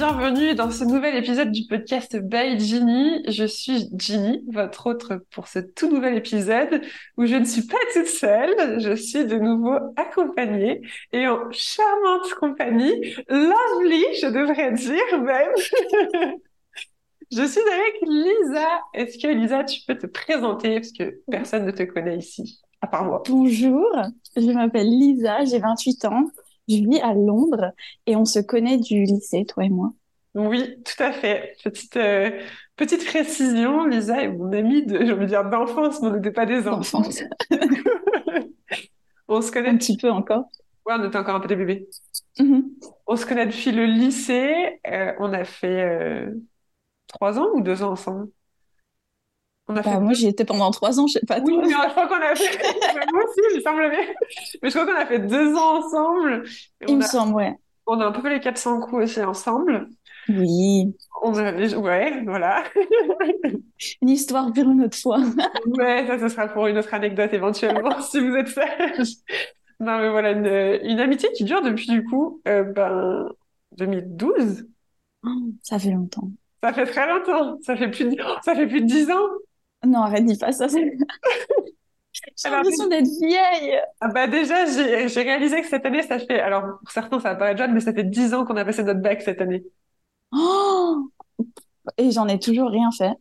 bienvenue dans ce nouvel épisode du podcast By Ginny. Je suis Ginny, votre hôte pour ce tout nouvel épisode où je ne suis pas toute seule, je suis de nouveau accompagnée et en charmante compagnie, lovely, je devrais dire même. Je suis avec Lisa. Est-ce que Lisa, tu peux te présenter parce que personne ne te connaît ici, à part moi. Bonjour, je m'appelle Lisa, j'ai 28 ans, je vis à Londres et on se connaît du lycée, toi et moi. Oui, tout à fait. Petite précision, Lisa est mon amie j'ai envie de dire d'enfance, mais on n'était pas des enfants. D'enfance, On se connaît un petit peu encore. ouais, on était encore un peu des bébés. Mhm. On se connaît depuis le lycée. On a fait 3 ans ou 2 ans ensemble. On a fait Bah, moi, deux. j'y étais pendant 3 ans, je sais pas Oui, toi. mais je crois qu'on a fait. Moi aussi, il me semble bien. Mais je crois qu'on a fait 2 ans ensemble. Et Il me semble, ouais. on a un peu fait les 400 coups aussi ensemble. Oui, Ouais, voilà. une histoire pour une autre fois. Ouais, ça, ce sera pour une autre anecdote éventuellement, si vous êtes sage. Non, mais voilà, une amitié qui dure depuis du coup, 2012. Ça fait longtemps. Ça fait très longtemps. Ça fait plus de 10 ans. Non, arrête, dis pas ça. J'ai Alors, l'impression d'être vieille. déjà, j'ai réalisé que cette année, ça fait, alors pour certains, ça va paraître jeune, mais ça fait 10 ans qu'on a passé notre bac cette année. Oh, et j'en ai toujours rien fait.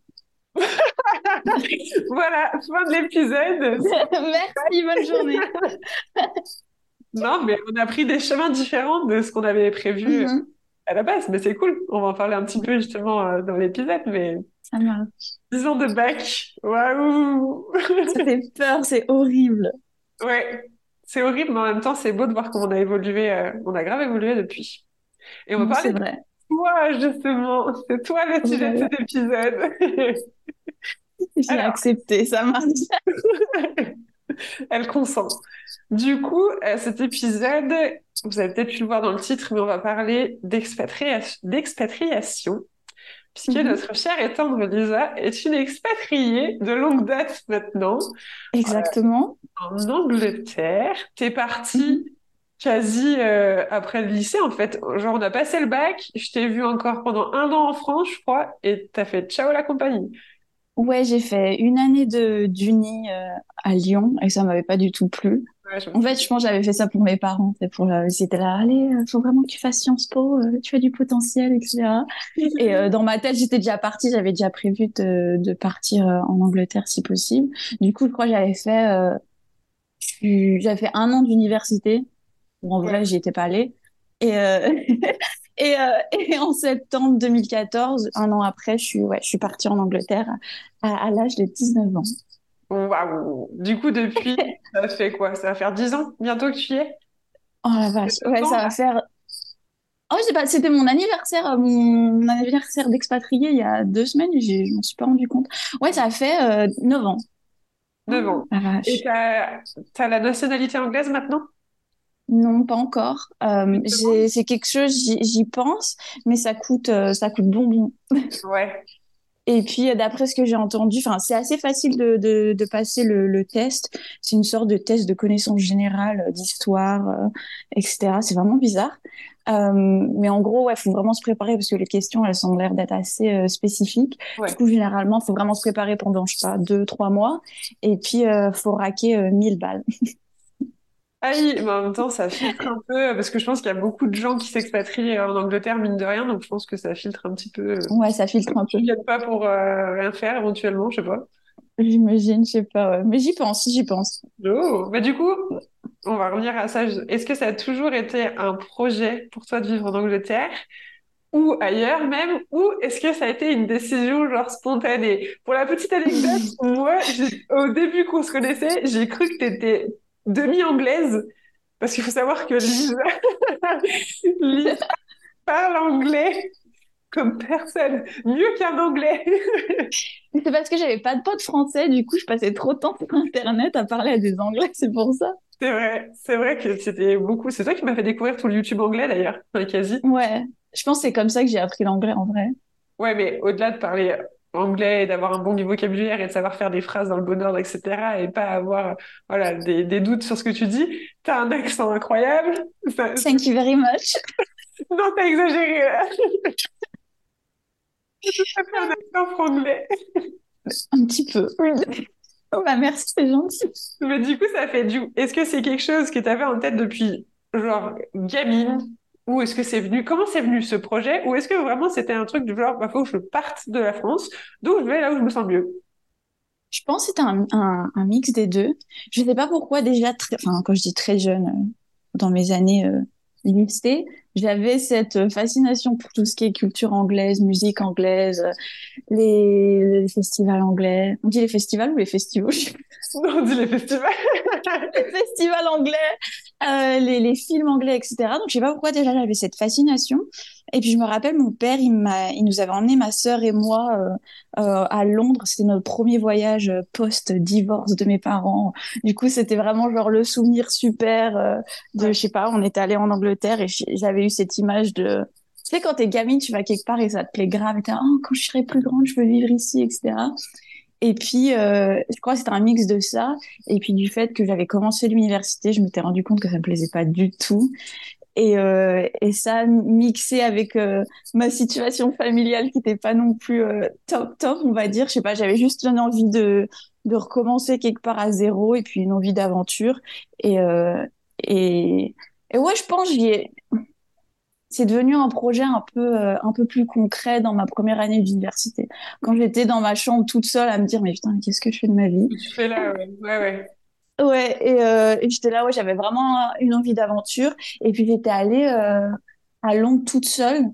Voilà, fin de l'épisode. Merci, bonne journée. Non, mais on a pris des chemins différents de ce qu'on avait prévu Mhm. à la base, mais c'est cool. On va en parler un petit peu justement dans l'épisode, mais Ça marche. 10 ans de bac, waouh! Ça fait peur, c'est horrible. Ouais, c'est horrible, mais en même temps, c'est beau de voir comment on a évolué. On a grave évolué depuis. Et on va Non, parler c'est de vrai. toi, justement. C'est toi le sujet de Voilà. cet épisode. J'ai Alors, accepté, ça marche. elle consent. Du coup, cet épisode, vous avez peut-être pu le voir dans le titre, mais on va parler d'expatriation, puisque Mhm. notre chère et tendre Lisa est une expatriée de longue date maintenant. Exactement. En Angleterre, t'es partie Mhm. quasi après le lycée en fait. Genre on a passé le bac, je t'ai vu encore pendant 1 an en France, je crois, et t'as fait ciao la compagnie. Ouais, j'ai fait une année de d'uni à Lyon et ça m'avait pas du tout plu. Ouais, je me En fait, souviens. je pense que j'avais fait ça pour mes parents, c'est pour ils étaient là, allez, faut vraiment que tu fasses Sciences Po, tu as du potentiel, etc. Et dans ma tête, j'étais déjà partie, j'avais déjà prévu de partir en Angleterre si possible. Du coup, je crois que j'avais fait 1 an d'université. Bon, en vrai, Ouais. j'y étais pas allée. Et, et en septembre 2014, 1 an après, je suis partie en Angleterre à l'âge de 19 ans. Waouh. Du coup depuis, ça fait quoi? Ça va faire 10 ans bientôt que tu y es? Oh la C'est vache, ce ouais, ça va temps-là. faire. Oh, je sais pas, c'était mon anniversaire d'expatrié il y a 2 semaines et je m'en suis pas rendu compte. Ouais, ça fait 9 ans. 9 Oh, ans. la Et vache. t'as la nationalité anglaise maintenant? Non, pas encore. Tu te demandes. C'est quelque chose, j'y pense, mais ça coûte bonbon. Ouais. Et puis, d'après ce que j'ai entendu, enfin, c'est assez facile de passer le test. C'est une sorte de test de connaissance générale, d'histoire, etc. C'est vraiment bizarre. Mais en gros, ouais, faut vraiment se préparer parce que les questions, elles ont l'air d'être assez spécifiques. Du Ouais. coup, généralement, faut vraiment se préparer pendant, je sais pas, 2, 3 mois. Et puis, faut raquer 1000 balles. Ah oui, mais en même temps, ça filtre un peu, parce que je pense qu'il y a beaucoup de gens qui s'expatrient en Angleterre, mine de rien, donc je pense que ça filtre un petit peu. Ouais, ça filtre un peu. Tu viennes pas pour rien faire, éventuellement, je sais pas. J'imagine, je sais pas, ouais. Mais j'y pense, j'y pense. Oh. Bah, du coup, on va revenir à ça. Est-ce que ça a toujours été un projet pour toi de vivre en Angleterre ou ailleurs même, ou est-ce que ça a été une décision genre spontanée? Pour la petite anecdote, moi, au début qu'on se connaissait, j'ai cru que t'étais demi-anglaise, parce qu'il faut savoir que Lisa, Lisa parle anglais comme personne, mieux qu'un anglais. Mais c'est parce que j'avais pas de potes français, du coup, je passais trop de temps sur Internet à parler à des Anglais, c'est pour ça. C'est vrai que c'était beaucoup. C'est toi qui m'as fait découvrir tout le YouTube anglais d'ailleurs, enfin, quasi. Ouais, je pense que c'est comme ça que j'ai appris l'anglais en vrai. Ouais, mais au-delà de parler anglais et d'avoir un bon niveau vocabulaire et de savoir faire des phrases dans le bon ordre, etc., et pas avoir voilà, des doutes sur ce que tu dis, t'as un accent incroyable. Thank you very much. Non, t'as exagéré là. T'as fait un accent franglais. Un petit peu. Oui. Oh bah merci, c'est gentil. Mais du coup, ça fait du. Est-ce que c'est quelque chose que t'avais en tête depuis, genre, gamine? Ou est-ce que c'est venu. Comment c'est venu ce projet? Ou est-ce que vraiment c'était un truc du genre, bah, faut que je parte de la France, donc je vais là où je me sens mieux? Je pense que c'était un mix des deux. Je sais pas pourquoi déjà, enfin quand je dis très jeune, dans mes années lycée, j'avais cette fascination pour tout ce qui est culture anglaise, musique anglaise, les festivals anglais. On dit les festivals ou les festivals? Non, on dit les festivals. Les festivals anglais, les films anglais, etc. Donc, je sais pas pourquoi déjà j'avais cette fascination. Et puis, je me rappelle, mon père, il nous avait emmené ma sœur et moi à Londres. C'était notre premier voyage post-divorce de mes parents. Du coup, c'était vraiment genre le souvenir super Ouais. je sais pas, on était allé en Angleterre et j'avais eu cette image de, tu sais, quand t'es gamine, tu vas quelque part et ça te plaît grave. Et t'es, oh, quand je serai plus grande, je veux vivre ici, etc. Et puis, je crois que c'était un mix de ça. Et puis, du fait que j'avais commencé l'université, je m'étais rendu compte que ça me plaisait pas du tout. Et ça, mixé avec ma situation familiale qui n'était pas non plus top, top, on va dire. Je sais pas, j'avais juste une envie de recommencer quelque part à zéro et puis une envie d'aventure. Et, euh, et, et ouais, je pense, c'est devenu un projet un peu plus concret dans ma première année d'université. Quand j'étais dans ma chambre toute seule à me dire, mais putain, mais qu'est-ce que je fais de ma vie? Que tu fais là, ouais. Ouais, ouais. Ouais, et j'étais là, ouais, j'avais vraiment une envie d'aventure. Et puis j'étais allée à Londres toute seule,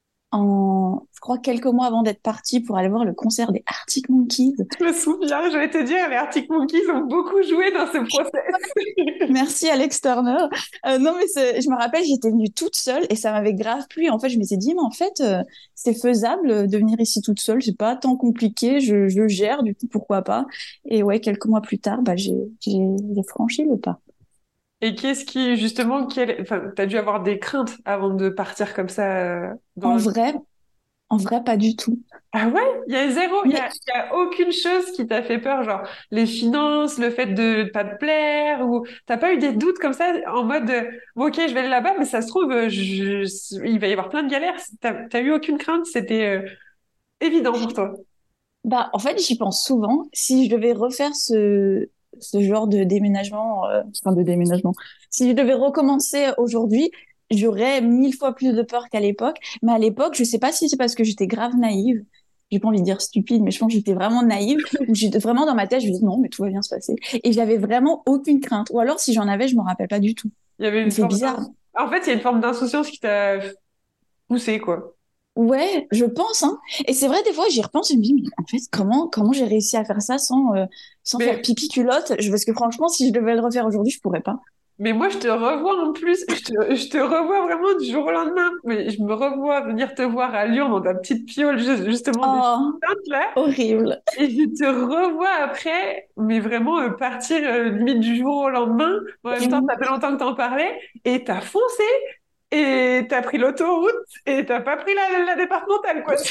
je crois, quelques mois avant d'être partie pour aller voir le concert des Arctic Monkeys. Je me souviens, j'allais te dire, les Arctic Monkeys ont beaucoup joué dans ce process. Merci Alex Turner. Non, mais je me rappelle, j'étais venue toute seule et ça m'avait grave plu. En fait, je m'étais dit, mais en fait, c'est faisable de venir ici toute seule. C'est pas tant compliqué. Je gère, du coup, pourquoi pas. Et ouais, quelques mois plus tard, bah, j'ai franchi le pas. Et qu'est-ce qui, justement, enfin, t'as dû avoir des craintes avant de partir comme ça dans En le... vrai, en vrai, pas du tout. Ah ouais? Il y a zéro, Mais il y a aucune chose qui t'a fait peur, genre les finances, le fait de pas te plaire, ou t'as pas eu des doutes comme ça en mode, bon, ok, je vais aller là-bas, mais ça se trouve, il va y avoir plein de galères. T'as eu aucune crainte, c'était évident pour toi. bah, en fait, j'y pense souvent. Si je devais refaire ce genre de déménagement, enfin de déménagement, si je devais recommencer aujourd'hui, j'aurais 1000 fois plus de peur qu'à l'époque. Mais à l'époque, je sais pas si c'est parce que j'étais grave naïve. J'ai pas envie de dire stupide, mais je pense que j'étais vraiment naïve, ou j'étais vraiment dans ma tête, je me disais non, mais tout va bien se passer. Et j'avais vraiment aucune crainte. Ou alors, si j'en avais, je me rappelle pas du tout. Il y avait Mais une c'est forme bizarre. En fait, il y a une forme d'insouciance qui t'a poussé, quoi. Ouais, je pense, hein. Et c'est vrai, des fois, j'y repense et je me dis, mais en fait, comment j'ai réussi à faire ça sans faire Mais pipi culotte? Parce que franchement, si je devais le refaire aujourd'hui, je pourrais pas. Mais moi, je te revois en plus, je te revois vraiment du jour au lendemain. Mais je me revois venir te voir à Lyon dans ta petite piole, justement, des Oh, teintes là. horrible. Et je te revois après, mais vraiment partir limite du jour au lendemain. En même temps, ça fait longtemps que t'en parlais. Et t'as foncé, et t'as pris l'autoroute, et t'as pas pris la départementale, quoi.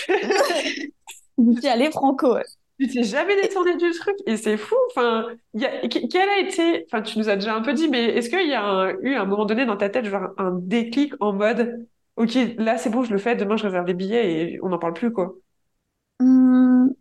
J'y allais franco, ouais. Tu t'es jamais détourné du truc et c'est fou. Enfin, quel a été, enfin, tu nous as déjà un peu dit, mais est-ce qu'il y a eu un moment donné dans ta tête, genre un déclic en mode, ok, là c'est bon, je le fais, demain je réserve les billets et on n'en parle plus, quoi. Hum,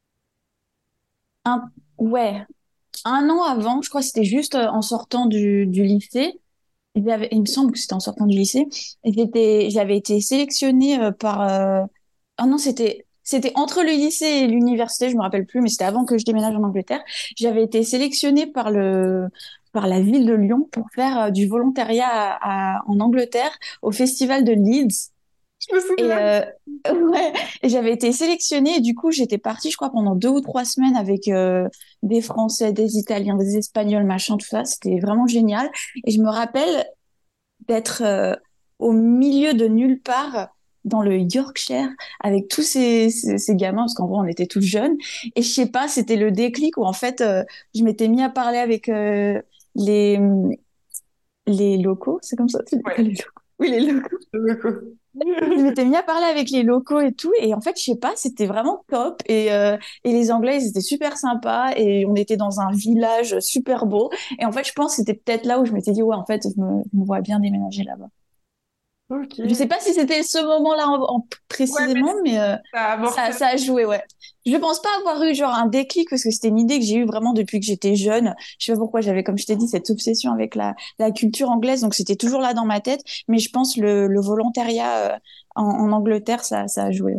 un, ouais, un an avant, je crois que c'était juste en sortant du lycée. Il me semble que c'était en sortant du lycée. Et j'avais été sélectionnée ah non, c'était entre le lycée et l'université, je me rappelle plus, mais c'était avant que je déménage en Angleterre. J'avais été sélectionnée par la ville de Lyon pour faire du volontariat en Angleterre au festival de Leeds. Je me Et souviens. ouais, et j'avais été sélectionnée et du coup j'étais partie, je crois, pendant 2 ou 3 semaines avec des Français, des Italiens, des Espagnols, machin, tout ça. C'était vraiment génial. Et je me rappelle d'être au milieu de nulle part dans le Yorkshire avec tous ces gamins, parce qu'en vrai, on était tous jeunes. Et je sais pas, c'était le déclic où en fait, je m'étais mis à parler avec les, les locaux, c'est comme ça, tu dis pas Ouais, les locaux. Oui, les locaux. le coup. Je m'étais mis à parler avec les locaux et tout, et en fait, je sais pas, c'était vraiment top. Et les Anglais, ils étaient super sympas, et on était dans un village super beau. Et en fait, je pense que c'était peut-être là où je m'étais dit, ouais, en fait, je me vois bien déménager là-bas. Ok. Je sais pas si c'était ce moment-là Ouais, mais précisément, mais ça a amorcé. ça a joué, ouais. Je pense pas avoir eu genre un déclic parce que c'était une idée que j'ai eue vraiment depuis que j'étais jeune. Je sais pas pourquoi j'avais, comme je t'ai dit, cette obsession avec la culture anglaise, donc c'était toujours là dans ma tête. Mais je pense le volontariat en Angleterre, ça a joué. Ouais.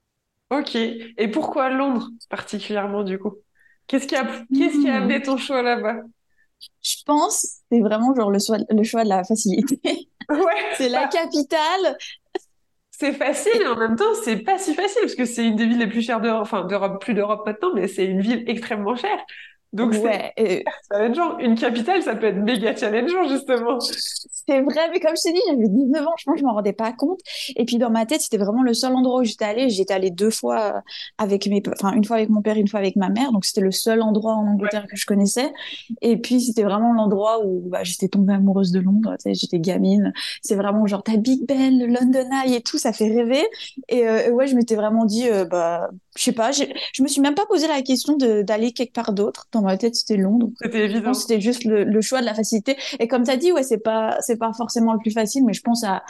Ok. Et pourquoi Londres particulièrement du coup? Qu'est-ce qui a amené Hmm. ton choix là-bas? Je pense c'est vraiment genre le choix de la facilité. Ouais, C'est la bah, capitale. c'est facile et en même temps c'est pas si facile parce que c'est une des villes les plus chères d'Europe, enfin d'Europe, plus d'Europe maintenant, mais c'est une ville extrêmement chère. Donc c'est Ouais, challengeant. Une capitale, ça peut être méga challengeant justement. c'est vrai, mais comme je t'ai dit, j'avais 19 ans, je pense que je m'en rendais pas compte. Et puis dans ma tête, c'était vraiment le seul endroit où j'étais allée. J'étais allée deux fois avec enfin une fois avec mon père, une fois avec ma mère. Donc c'était le seul endroit en Angleterre que je connaissais. Et puis c'était vraiment l'endroit où bah, j'étais tombée amoureuse de Londres. Tu sais, j'étais gamine. C'est vraiment genre t'as Big Ben, le London Eye et tout, ça fait rêver. Et ouais, je m'étais vraiment dit, bah je sais pas, je me suis même pas posé la question d'aller quelque part d'autre. Dans ma tête, c'était Londres. C'était Je pense que évident. c'était juste le choix de la facilité. Et comme tu as dit, ouais, c'est pas forcément le plus facile, mais je pense à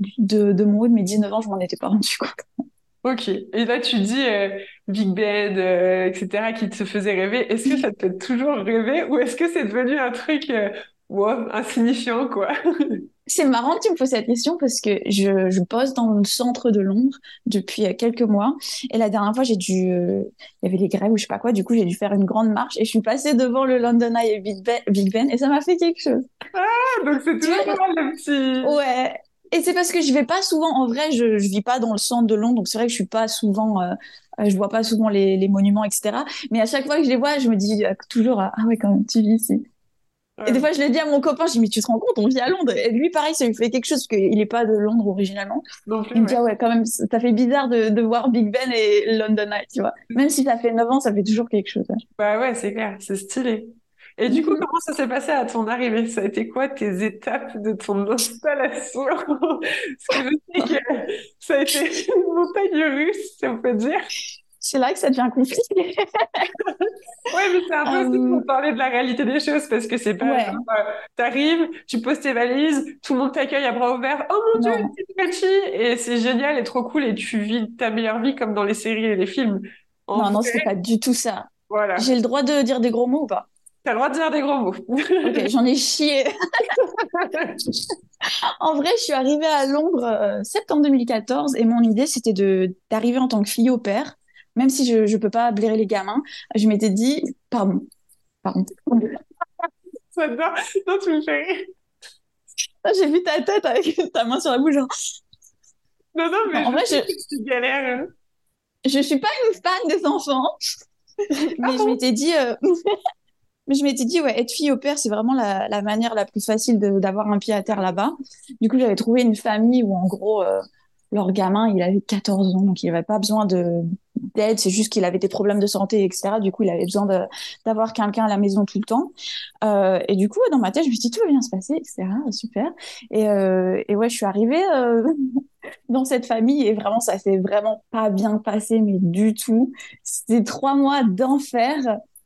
de mon haut de mes 19 ans, je m'en étais pas rendu compte. Ok. Et là, tu dis Big Ben, etc., qui te faisait rêver. Est-ce que ça te fait toujours rêver ou est-ce que c'est devenu un truc wow, insignifiant, quoi? C'est marrant que tu me poses cette question parce que je bosse dans le centre de Londres depuis quelques mois. Et la dernière fois, il y avait les grèves ou je sais pas quoi, du coup, j'ai dû faire une grande marche et je suis passée devant le London Eye et Big Ben et ça m'a fait quelque chose. Ah, donc c'est Tu toujours vois, là, le petit... ouais. Et c'est parce que je vais pas souvent, en vrai, je vis pas dans le centre de Londres, donc c'est vrai que je suis pas souvent, je vois pas souvent les monuments, etc. Mais à chaque fois que je les vois, je me dis toujours, ah ouais, quand même, tu vis ici. Et des Ouais, fois, je le dis à mon copain, je dis, mais tu te rends compte, on vit à Londres. Et lui, pareil, ça lui fait quelque chose, parce qu'il est pas de Londres originalement. non plus, Il me dit, ouais. ah ouais, quand même, ça fait bizarre de voir Big Ben et London Eye, tu vois. Même si ça fait 9 ans, ça fait toujours quelque chose. Ouais. Bah ouais, c'est clair, c'est stylé. Et du coup, Mhm. comment ça s'est passé à ton arrivée? Ça a été quoi tes étapes de ton installation? Parce que je sais que ça a été une montagne russe, si on peut dire. C'est là que ça devient compliqué. Ouais, mais c'est un peu aussi Euh, pour parler de la réalité des choses, parce que c'est pas genre, ouais, t'arrives, tu poses tes valises, tout le monde t'accueille à bras ouverts, oh mon Dieu, non, c'est Frenchy! Et c'est génial et trop cool, et tu vis ta meilleure vie comme dans les séries et les films. En non, vrai, non, c'était pas du tout ça. J'ai voilà. le droit de dire des gros mots ou pas? T'as le droit de dire des gros mots. Ok, j'en ai chié. En vrai, je suis arrivée à Londres septembre 2014 et mon idée, c'était d'arriver en tant que fille au père. Même si je peux pas blairer les gamins, je m'étais dit, pardon. J'adore. Non, tu me fais rire. Ah, j'ai vu ta tête avec ta main sur la bouche. Genre. Non, non, Non, mais en je vrai, sais que tu galères. je suis pas une fan des enfants, Ah mais je bon? m'étais dit, mais je m'étais dit, ouais, être fille au père, c'est vraiment la manière la plus facile d'avoir un pied à terre là-bas. Du coup, j'avais trouvé une famille où, en gros, leur gamin, il avait 14 ans, donc il n'avait pas besoin d'aide, c'est juste qu'il avait des problèmes de santé, etc. Du coup, il avait besoin d'avoir quelqu'un à la maison tout le temps. Et du coup, dans ma tête, je me suis dit, tout va bien se passer, etc. Super. Et ouais, je suis arrivée dans cette famille et vraiment, ça s'est vraiment pas bien passé, mais du tout. C'était 3 mois d'enfer.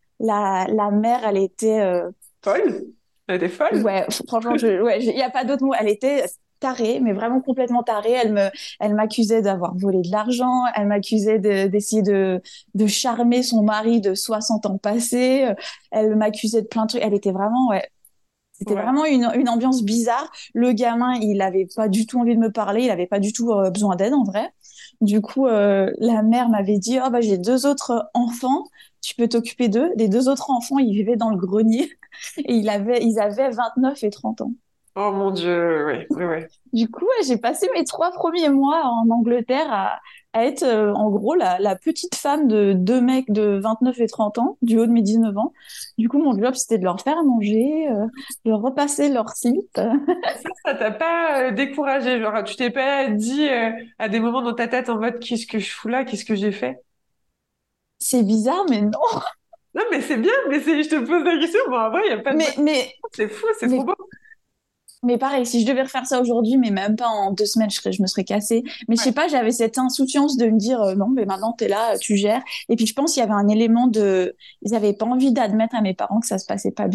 La mère, elle était, Folle? Elle était folle? ouais, franchement, ouais, il y a pas d'autre mot. Elle était tarée, mais vraiment complètement tarée. Elle m'accusait d'avoir volé de l'argent. Elle m'accusait d'essayer de charmer son mari de 60 ans passés. Elle m'accusait de plein de trucs. Elle était vraiment, ouais, c'était Ouais. vraiment une ambiance bizarre. Le gamin, il avait pas du tout envie de me parler. Il avait pas du tout besoin d'aide en vrai. Du coup, la mère m'avait dit, oh, bah, j'ai deux autres enfants. Tu peux t'occuper d'eux. Les deux autres enfants, ils vivaient dans le grenier et ils avaient 29 et 30 ans. Oh mon Dieu, ouais, ouais, ouais. Du coup, ouais, j'ai passé mes 3 premiers mois en Angleterre à être en gros la petite femme de deux mecs de 29 et 30 ans, du haut de mes 19 ans. Du coup, mon job, c'était de leur faire à manger, de leur repasser leur slip. Et ça t'a pas découragé, genre tu t'es pas dit à des moments dans ta tête en mode qu'est-ce que je fous là, qu'est-ce que j'ai fait? C'est bizarre, mais non. Non mais c'est bien, mais je te pose la question, bon en vrai il y a pas de bonne... Mais, mais, C'est fou, c'est trop mais, beau. mais pareil, si je devais refaire ça aujourd'hui, mais même pas en 2 semaines, je me serais cassée. Mais je Ouais. sais pas, j'avais cette insouciance de me dire, non, mais maintenant t'es là, tu gères. Et puis je pense qu'il y avait un élément de, ils avaient pas envie d'admettre à mes parents que ça se passait pas bien.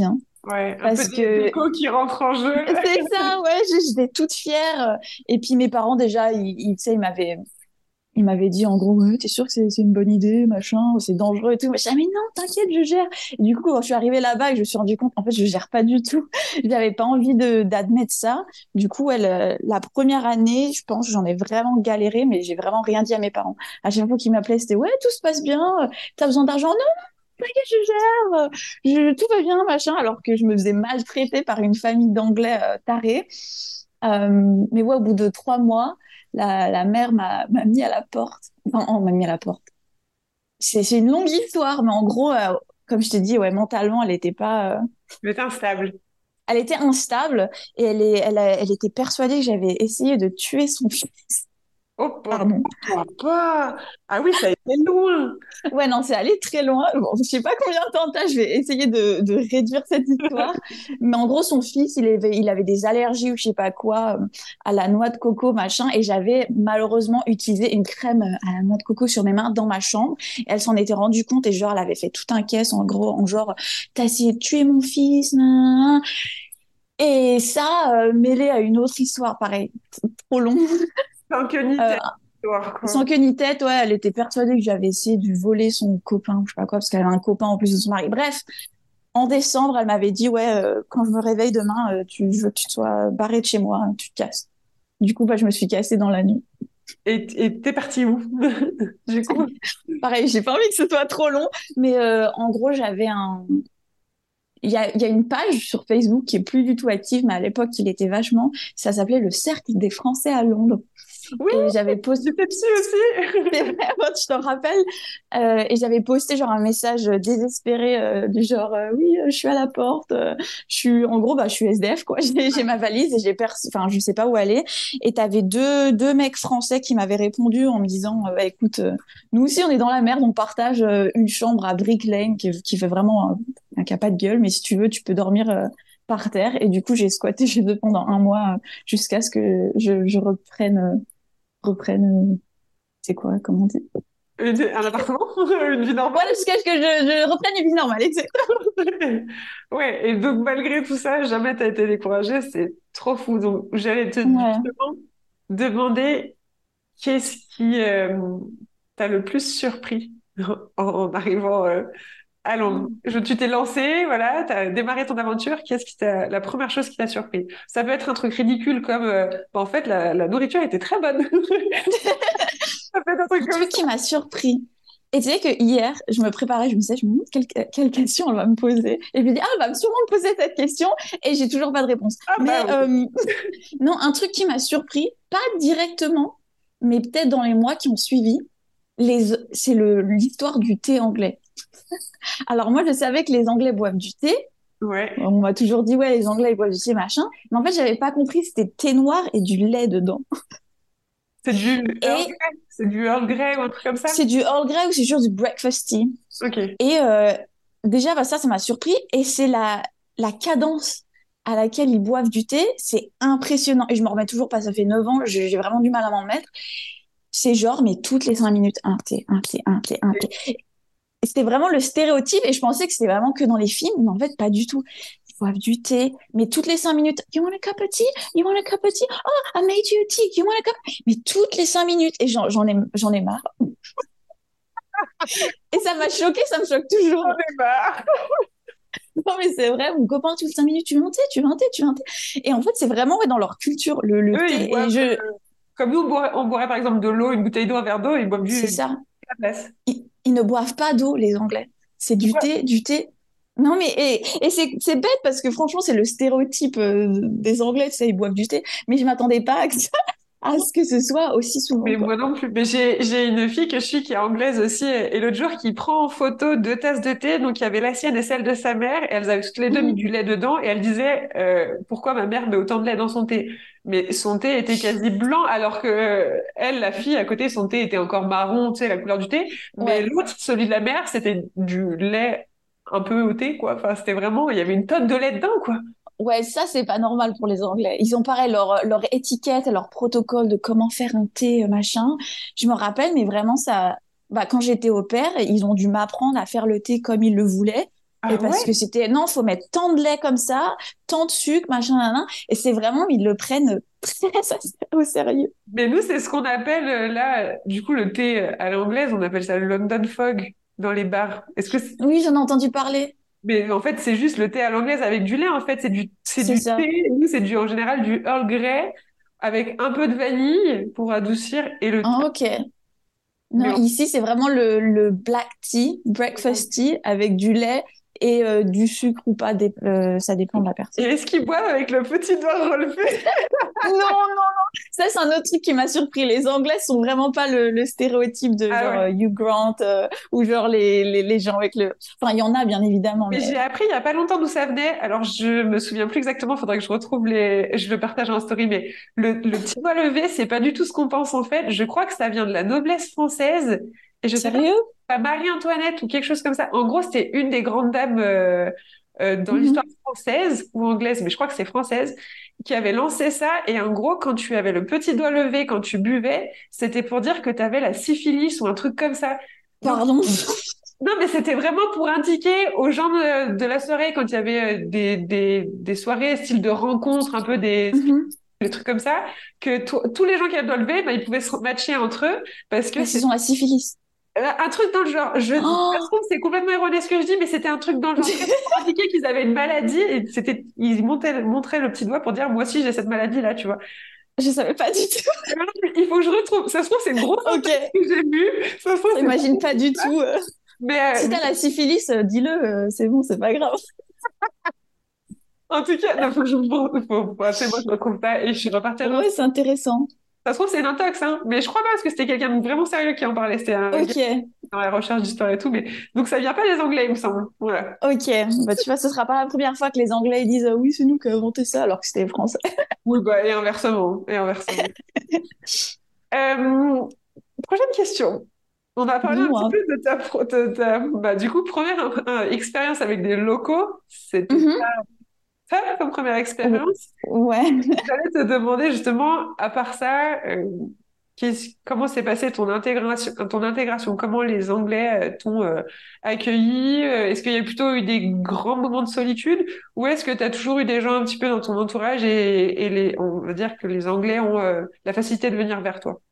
Ouais, un peu parce que d'écho qui rentre en jeu. c'est ça, ouais, j'étais toute fière. Et puis mes parents déjà, tu sais, ils m'avaient dit en gros, ouais, t'es sûr que c'est une bonne idée, machin, c'est dangereux et tout. Mais je disais, mais non, t'inquiète, je gère. Et du coup, quand je suis arrivée là-bas et que je me suis rendu compte, en fait, je gère pas du tout. J'avais pas envie d'admettre ça. Du coup, la première année, je pense, j'en ai vraiment galéré, mais j'ai vraiment rien dit à mes parents. À chaque fois qu'ils m'appelaient, c'était, ouais, tout se passe bien, t'as besoin d'argent? Non, t'inquiète, je gère, tout va bien, machin, alors que je me faisais maltraiter par une famille d'anglais tarés. Mais ouais, au bout de 3 mois, la mère m'a mis à la porte. Enfin, on m'a mis à la porte. C'est une longue histoire, mais en gros, comme je t'ai dit, ouais, mentalement, elle était pas, Mais t'es instable. elle était instable et elle était persuadée que j'avais essayé de tuer son fils. Oh, Pardon. pourquoi pas? Ah oui, ça a été loin. Ouais, non, c'est allé très loin. Bon, je sais pas combien de temps t'as, je vais essayer de réduire cette histoire. Mais en gros, son fils, il avait des allergies ou je sais pas quoi, à la noix de coco, machin. Et j'avais malheureusement utilisé une crème à la noix de coco sur mes mains dans ma chambre. Et elle s'en était rendue compte et genre, elle avait fait tout un caisse en gros, en genre, t'as essayé de tuer mon fils, nan, nan, nan. Et ça, mêlé à une autre histoire, pareil, trop long. Sans queue ni Euh, tête, histoire, quoi. Sans queue ni tête, ouais, elle était persuadée que j'avais essayé de voler son copain, ou je sais pas quoi, parce qu'elle a un copain en plus de son mari. Bref, en décembre, elle m'avait dit, ouais, quand je me réveille demain, je veux que tu sois barré de chez moi, hein, tu te casses. Du coup, bah, je me suis cassée dans la nuit. Et t'es parti où? Du coup, Pareil, j'ai pas envie que ce soit trop long, mais en gros, il y a une page sur Facebook qui est plus du tout active, mais à l'époque, il était vachement. Ça s'appelait le Cercle des Français à Londres. oui, Et j'avais posté, j'étais dessus aussi. c'est vrai, je t'en rappelle. Et j'avais posté genre un message désespéré du genre oui, je suis à la porte, je suis en gros bah je suis SDF quoi. J'ai ma valise et enfin je sais pas où aller. Et t'avais deux mecs français qui m'avaient répondu en me disant bah, écoute, nous aussi on est dans la merde, on partage une chambre à Brick Lane qui fait vraiment un qui a pas de gueule, mais si tu veux tu peux dormir par terre. Et du coup j'ai squatté chez eux pendant un mois jusqu'à ce que je reprenne c'est quoi, comment on dit? Un appartement? Une vie normale? Voilà, jusqu'à ce que je reprenne une vie normale, exactement. Ouais, et donc malgré tout ça, jamais t'as été découragée, c'est trop fou. Donc j'allais te Ouais. justement demander qu'est-ce qui t'a le plus surpris en arrivant à Londres. Tu t'es lancé, voilà, t'as démarré ton aventure. Qu'est-ce qui t'a, la première chose qui t'a surpris? Ça peut être un truc ridicule comme, bah, en fait, la nourriture était très bonne. Ça peut être un truc Un comme truc ça. qui m'a surpris. Et tu sais que hier, je me préparais, je me disais, je me demande quelle question elle va me poser. Et je me dis, ah, elle va sûrement me poser cette question. Et j'ai toujours pas de réponse. Ah Mais bah oui. non, un truc qui m'a surpris, pas directement, mais peut-être dans les mois qui ont suivi, c'est l'histoire du thé anglais. Alors moi, je savais que les Anglais boivent du thé. Ouais. On m'a toujours dit, ouais, les Anglais, ils boivent du thé, machin. Mais en fait, j'avais pas compris que c'était thé noir et du lait dedans. C'est du Earl Et Grey. C'est du Earl Grey ou un truc comme ça? c'est du Earl Grey ou c'est juste du breakfast tea. Ok. Et déjà, bah, ça m'a surpris. Et c'est la cadence à laquelle ils boivent du thé, c'est impressionnant. Et je me remets toujours pas, ça fait 9 ans, j'ai vraiment du mal à m'en mettre. C'est genre, mais toutes les 5 minutes, un thé, un thé, un thé, un thé. Et c'était vraiment le stéréotype et je pensais que c'était vraiment que dans les films, mais en fait, pas du tout. Ils boivent du thé, mais toutes les 5 minutes, you want a cup of tea? You want a cup of tea? Oh, I made you a tea, you want a cup? Mais toutes les 5 minutes, et j'en ai marre. Et ça m'a choqué, ça me choque J'en toujours. ai marre. Non, mais c'est vrai, mon copain, toutes les 5 minutes, tu veux un thé, tu veux un thé, tu veux un thé. Et en fait, c'est vraiment ouais, dans leur culture, le Eux, ils thé. Et boivent, comme nous, on boirait par exemple de l'eau, une bouteille d'eau, un verre d'eau, ils boivent c'est du ça. à la place. Ils ne boivent pas d'eau, les Anglais. C'est Ils du boivent- thé, du thé. Non, mais, et c'est bête parce que franchement, c'est le stéréotype des Anglais, tu sais, ils boivent du thé. Mais je m'attendais pas à ce que ce soit aussi souvent, Mais quoi. moi non plus. Mais j'ai une fille que je suis qui est anglaise aussi, et l'autre jour qui prend en photo 2 tasses de thé. Donc il y avait la sienne et celle de sa mère, et elles avaient toutes les deux mis Mhm. du lait dedans, et elle disait pourquoi ma mère met autant de lait dans son thé. Mais son thé était quasi blanc, alors que elle, la fille à côté, son thé était encore marron, tu sais, la couleur du thé. Mais Ouais. l'autre, celui de la mère, c'était du lait un peu au thé, quoi. Enfin, c'était vraiment, il y avait une tonne de lait dedans, quoi. Ouais, ça, c'est pas normal pour les Anglais. Ils ont pareil leur étiquette, leur protocole de comment faire un thé, machin. Je me rappelle, mais vraiment, ça, bah, quand j'étais au pair, ils ont dû m'apprendre à faire le thé comme ils le voulaient. Et Ah parce que ouais? c'était, non, faut mettre tant de lait comme ça, tant de sucre, machin, nan. Et c'est vraiment, ils le prennent très au sérieux. Mais nous, c'est ce qu'on appelle là, du coup, le thé à l'anglaise, on appelle ça le London Fog dans les bars. Oui, j'en ai entendu parler. Mais en fait, c'est juste le thé à l'anglaise avec du lait. En fait, c'est C'est du ça. thé. Nous, c'est en général du Earl Grey avec un peu de vanille pour adoucir et le. Ah, ok. Mais Non, ici, c'est vraiment le black tea, breakfast tea, avec du lait et du sucre ou pas, ça dépend de la et personne. est-ce qu'ils boivent avec le petit doigt relevé? Non, non, non. Ça, c'est un autre truc qui m'a surpris. Les Anglais sont vraiment pas le stéréotype de Ah genre ouais. Hugh Grant ou genre les gens avec le... Enfin, il y en a, bien évidemment, Mais mais... j'ai appris il y a pas longtemps d'où ça venait. Alors, je me souviens plus exactement. Faudrait que je retrouve je le partage en story. Mais le petit doigt levé, c'est pas du tout ce qu'on pense en fait. Je crois que ça vient de la noblesse française. Et je sais pas si Sérieux? c'est pas Marie-Antoinette ou quelque chose comme ça. En gros, c'était une des grandes dames dans l'histoire Mhm. française ou anglaise, mais je crois que c'est française, qui avait lancé ça. Et en gros, quand tu avais le petit doigt levé, quand tu buvais, c'était pour dire que tu avais la syphilis ou un truc comme ça. Donc, Pardon. non, mais c'était vraiment pour indiquer aux gens de la soirée, quand il y avait des soirées style de rencontres, un peu Mhm. des trucs comme ça, que tous les gens qui avaient le doigt levé, bah, ils pouvaient se matcher entre eux parce que Parce c'est qu'ils ont la syphilis. un truc dans le genre. Ça se Oh. trouve, c'est complètement erroné ce que je dis, mais c'était un truc dans le genre très pour indiquer qu'ils avaient une maladie et ils montraient le petit doigt pour dire, moi aussi j'ai cette maladie-là, tu vois. Je savais pas du tout. Et maintenant, il faut que je retrouve. Ça se trouve, c'est une grosse Ok. intox que j'ai vue. Ça se trouve, c'est pas J'imagine pas du ça. tout. Mais, Si t'as la syphilis, dis-le, c'est bon, c'est pas grave. en tout cas, il faut que c'est moi, je ne retrouve pas et je suis repartie à Ouais, l'intox. c'est intéressant. Ça se trouve, c'est une intox, hein. Mais je crois pas parce que c'était quelqu'un de vraiment sérieux qui en parlait. C'était un gars Ok, dans la recherche d'histoire et tout. Mais donc, ça vient pas des Anglais, il me semble. Voilà. ok. Bah, tu vois, ce sera pas la première fois que les Anglais ils disent oui, c'est nous qui avons inventé ça, alors que c'était les Français. Oui, bah, et inversement. Et inversement. Euh, prochaine question. On a parlé un petit Dis-moi. peu bah, du coup, première expérience avec des locaux. C'était Mhm. ça comme première Ou- expérience. Ouais. J'allais te demander justement, à part ça, comment s'est passée ton intégration? Comment les Anglais t'ont accueilli? Est-ce qu'il y a plutôt eu des grands moments de solitude ou est-ce que tu as toujours eu des gens un petit peu dans ton entourage on va dire que les Anglais ont la facilité de venir vers toi?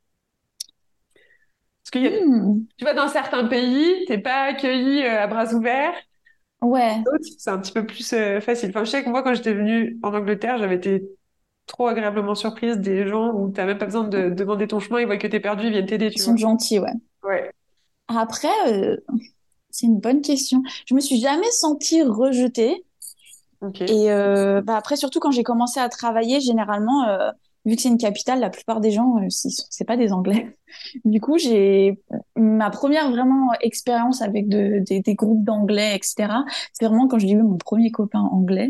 Parce Hmm. tu vas dans certains pays, t'es pas accueilli à bras ouverts. Ouais. D'autres, c'est un petit peu plus facile. Enfin, je sais que moi, quand j'étais venue en Angleterre, j'avais été trop agréablement surprise des gens où t'as même pas besoin de demander ton chemin, ils voient que t'es perdu, ils viennent t'aider, Ils tu sont vois. gentils, ouais. Ouais. Après, c'est une bonne question. Je me suis jamais sentie rejetée. Ok. Et bah après, surtout quand j'ai commencé à travailler, généralement, vu que c'est une capitale, la plupart des gens, c'est pas des Anglais. Du coup, j'ai ma première vraiment expérience avec des groupes d'anglais, etc. C'est vraiment quand j'ai eu mon premier copain anglais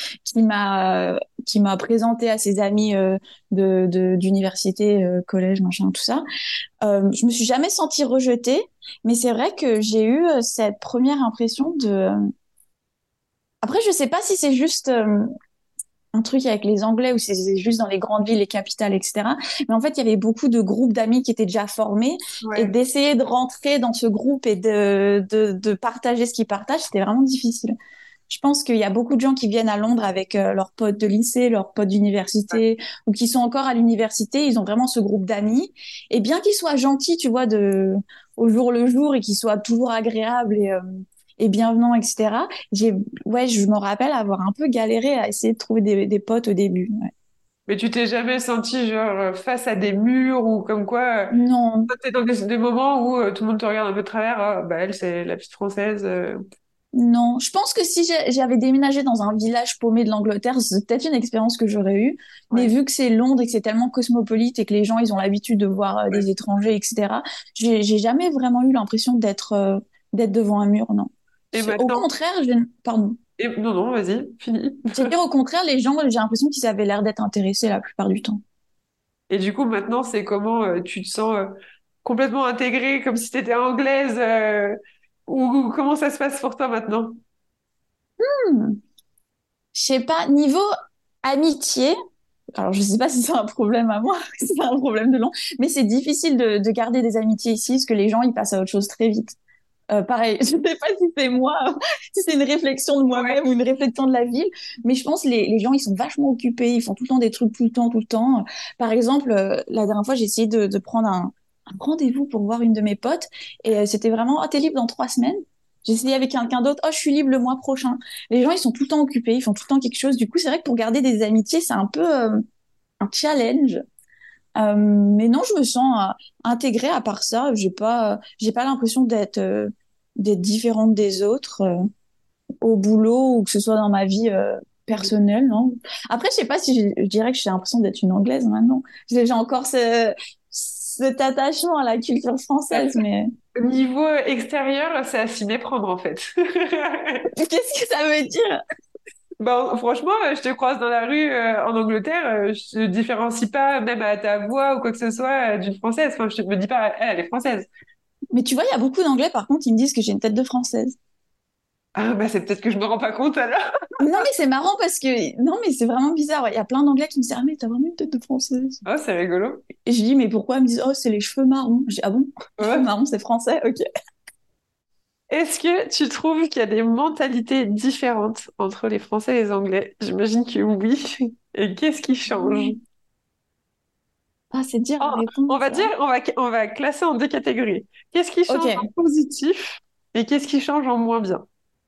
qui m'a présenté à ses amis d'université, collège, machin, tout ça. Je me suis jamais sentie rejetée, mais c'est vrai que j'ai eu cette première impression de. Après, je sais pas si c'est juste un truc avec les Anglais ou si c'est juste dans les grandes villes, les capitales, etc. Mais en fait, il y avait beaucoup de groupes d'amis qui étaient déjà formés et Ouais. d'essayer de rentrer dans ce groupe et de partager ce qu'ils partagent, c'était vraiment difficile. Je pense qu'il y a beaucoup de gens qui viennent à Londres avec leurs potes de lycée, leurs potes d'université, ou qui sont encore à l'université, ils ont vraiment ce groupe d'amis. Et bien qu'ils soient gentils, tu vois, au jour le jour et qu'ils soient toujours agréables et bienvenants, etc. Ouais, je me rappelle avoir un peu galéré à essayer de trouver des potes au début. Ouais. Mais tu t'es jamais senti genre face à des murs ou comme quoi Non, t'es dans des moments où tout le monde te regarde un peu de travers, ah, bah elle c'est la petite française. non. Je pense que si j'avais déménagé dans un village paumé de l'Angleterre, c'est peut-être une expérience que j'aurais eue. Mais Ouais. vu que c'est Londres et que c'est tellement cosmopolite et que les gens, ils ont l'habitude de voir Ouais. des étrangers, etc., j'ai jamais vraiment eu l'impression d'être devant un mur, non. Et Au maintenant, contraire, pardon. non, non, vas-y, fini. C'est-à-dire, au contraire, les gens, j'ai l'impression qu'ils avaient l'air d'être intéressés la plupart du temps. Et du coup, maintenant, c'est comment tu te sens complètement intégrée, comme si tu étais anglaise, ou comment ça se passe pour toi maintenant? Hmm. Je sais pas, niveau amitié, alors je sais pas si c'est un problème à moi, si c'est un problème de long, mais c'est difficile de garder des amitiés ici parce que les gens ils passent à autre chose très vite. Pareil, je sais pas si c'est moi, si c'est une réflexion de Ouais. moi-même ou une réflexion de la ville, mais je pense les gens, ils sont vachement occupés, ils font tout le temps des trucs, tout le temps, tout le temps. Par exemple, la dernière fois, j'ai essayé de prendre un rendez-vous pour voir une de mes potes, et c'était vraiment, oh, t'es libre dans 3 semaines? J'ai essayé avec quelqu'un d'autre, oh, je suis libre le mois prochain. Les gens, ils sont tout le temps occupés, ils font tout le temps quelque chose. Du coup, c'est vrai que pour garder des amitiés, c'est un peu un challenge. Mais non, je me sens intégrée. À part ça, j'ai pas l'impression d'être différente des autres au boulot ou que ce soit dans ma vie personnelle, non. Après, je sais pas si je dirais que j'ai l'impression d'être une Anglaise maintenant. J'ai encore cet attachement à la culture française, mais Niveau extérieur, c'est à s'y méprendre en fait. qu'est-ce que ça veut dire? Bon, franchement, je te croise dans la rue en Angleterre, je te différencie pas, même à ta voix ou quoi que ce soit, d'une française. Enfin, je te me dis pas, elle est française. Mais tu vois, il y a beaucoup d'Anglais, par contre, ils me disent que j'ai une tête de Française. Ah, bah, c'est peut-être que je me rends pas compte alors. Non, mais c'est marrant parce que... Non, mais c'est vraiment bizarre. Il y a plein d'Anglais qui me disent, ah, mais t'as vraiment une tête de Française. Oh, c'est rigolo. Et je dis, mais pourquoi? Ils me disent, oh, c'est les cheveux marrons. Je dis, ah bon? Les cheveux Ouais. marrons, c'est français? Ok. Est-ce que tu trouves qu'il y a des mentalités différentes entre les Français et les Anglais? J'imagine que oui. Et qu'est-ce qui change? Ah, c'est dur Oh, à répondre, on va dire, ça. on va classer en deux catégories. Qu'est-ce qui change en Ok. positif et qu'est-ce qui change en moins bien?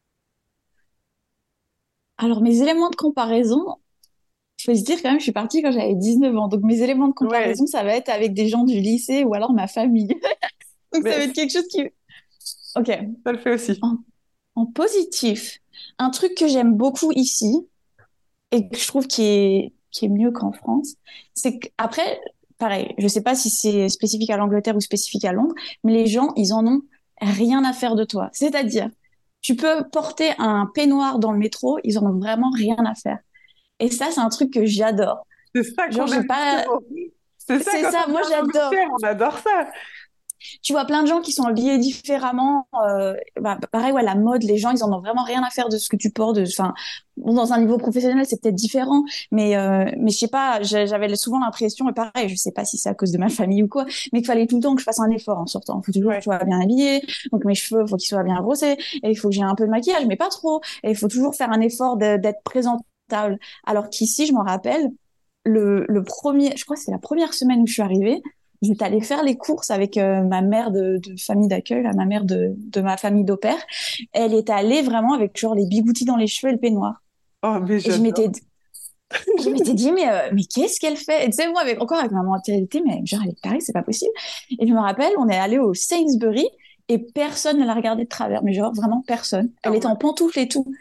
Alors, mes éléments de comparaison, je peux se dire quand même, je suis partie quand j'avais 19 ans. Donc, mes éléments de Ouais, comparaison, ça va être avec des gens du lycée ou alors ma famille. Donc, ça mais va être quelque chose qui... Ok. ça le fait aussi. En, en positif, un truc que j'aime beaucoup ici et que je trouve qui est mieux qu'en France, c'est qu'après, pareil, je sais pas si c'est spécifique à l'Angleterre ou spécifique à Londres, mais les gens, ils en ont rien à faire de toi. C'est-à-dire, tu peux porter un peignoir dans le métro, ils en ont vraiment rien à faire. Et ça, c'est un truc que j'adore. C'est ça Genre, qu'on j'ai aime pas, justement. C'est ça c'est quand ça, on moi vient en j'adore. Angleterre, on adore ça. Tu vois plein de gens qui sont habillés différemment. Bah, pareil, ouais, la mode, les gens, ils en ont vraiment rien à faire de ce que tu portes. Enfin, bon, dans un niveau professionnel, c'est peut-être différent, mais je sais pas. J'avais souvent l'impression, et pareil, je sais pas si c'est à cause de ma famille ou quoi, mais qu'il fallait tout le temps que je fasse un effort en sortant. Il faut toujours que je Ouais. sois bien habillée, donc mes cheveux, faut qu'ils soient bien brossés, et il faut que j'ai un peu de maquillage, mais pas trop. Et il faut toujours faire un effort d'être présentable. Alors qu'ici, je me rappelle, le premier, je crois que c'est la première semaine où je suis arrivée. J'étais allée faire les courses avec ma mère de famille d'accueil, là, ma mère de ma famille d'au pair. Elle est allée vraiment avec genre les bigoudis dans les cheveux et le peignoir. Oh, mais Et j'adore. je m'étais dit, mais qu'est-ce qu'elle fait? Et tu sais, moi, encore avec ma mentalité, mais genre, elle est tarée, c'est pas possible. Et je me rappelle, on est allé au Sainsbury et personne ne l'a regardée de travers, mais genre vraiment personne. Ah Elle était ouais. en pantoufles et tout.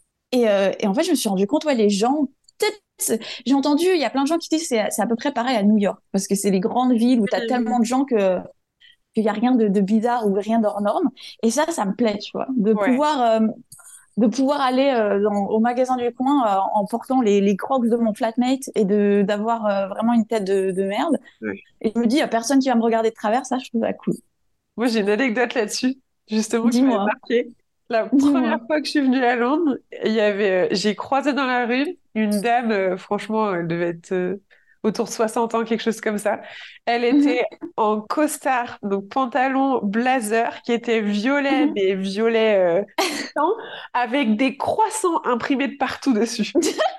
Et en fait, je me suis rendu compte, ouais, les gens, peut-être, j'ai entendu, il y a plein de gens qui disent que c'est à peu près pareil à New York, parce que c'est les grandes villes où tu as tellement de gens qu'il y a rien de bizarre ou rien d'hors norme. Et ça me plaît, tu vois, Ouais. de pouvoir aller au magasin du coin en portant les Crocs de mon flatmate et d'avoir vraiment une tête de merde. Ouais. Et je me dis, il y a personne qui va me regarder de travers, ça, je trouve ça cool. Moi, j'ai une anecdote là-dessus, justement, qui m'avait Dis-moi, marqué. La première dis-moi. fois que je suis venue à Londres, j'ai croisé dans la rue une dame, franchement, elle devait être autour de 60 ans, quelque chose comme ça. Elle Mhm, était en costard, donc pantalon blazer, qui était violet, mhm. mais violet sang, avec des croissants imprimés de partout dessus.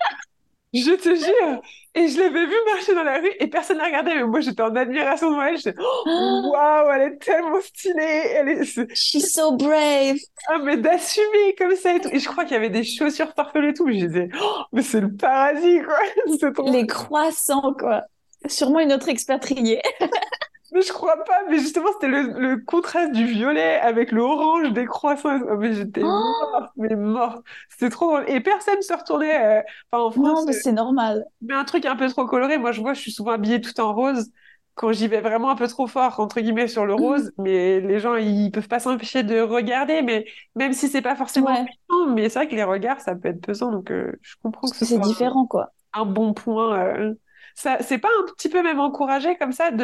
Je te jure. Et je l'avais vue marcher dans la rue et personne n'a regardé. Mais moi, j'étais en admiration devant elle. J'étais, oh, waouh, elle est tellement stylée. She's so brave. Ah, mais d'assumer comme ça et tout. Et je crois qu'il y avait des chaussures farfelues et tout. Mais je disais, oh, mais c'est le paradis, quoi. C'est trop. Les croissants, quoi. Sûrement une autre expatriée. Mais je crois pas. Mais justement, c'était le contraste du violet avec le orange des croissants. Oh, mais j'étais Oh, morte, mais morte. C'était trop drôle. Et personne se retournait. Enfin, en non, France. mais c'est normal. Mais un truc un peu trop coloré, moi je vois, je suis souvent habillée tout en rose quand j'y vais vraiment un peu trop fort, entre guillemets, sur le Mhm. rose, mais les gens, ils peuvent pas s'empêcher de regarder, mais même si c'est pas forcément Ouais, méchant, mais c'est vrai que les regards, ça peut être pesant, donc je comprends que ce c'est soit différent, quoi. un bon point. Ça, c'est pas un petit peu même encouragé comme ça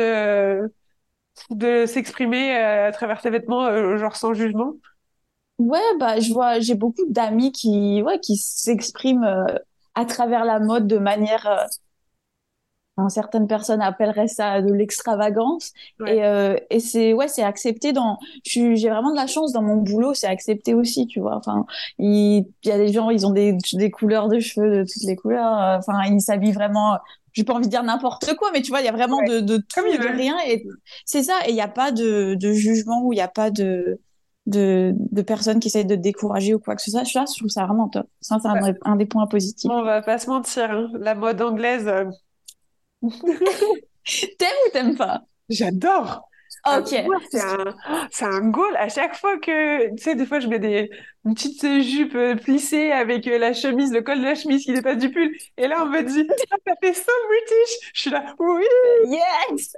de s'exprimer à travers ses vêtements, genre sans jugement? Ouais, bah, j'ai beaucoup d'amis qui s'expriment à travers la mode de manière certaines personnes appelleraient ça de l'extravagance. Ouais. Et c'est accepté j'ai vraiment de la chance dans mon boulot, c'est accepté aussi, tu vois. Enfin, il y a des gens, ils ont des couleurs de cheveux de toutes les couleurs. Enfin, ils s'habillent vraiment, j'ai pas envie de dire n'importe quoi, mais tu vois, il y a vraiment Ouais. de Comme tout ils et de veulent. rien. Et c'est ça. Et il n'y a pas de jugement ou il n'y a pas de personnes qui essayent de te décourager ou quoi que ce soit. Je trouve ça vraiment top. Ça, c'est Bah, un des points positifs. on va pas se mentir, hein. La mode anglaise, T'aimes ou t'aimes pas? j'adore. Ok. Moi, c'est un goal. À chaque fois que, tu sais, des fois, je mets une petite jupe plissée avec la chemise, le col de la chemise qui dépasse du pull. Et là, on me dit, ah, ça fait so British. Je suis là, oui, Yes!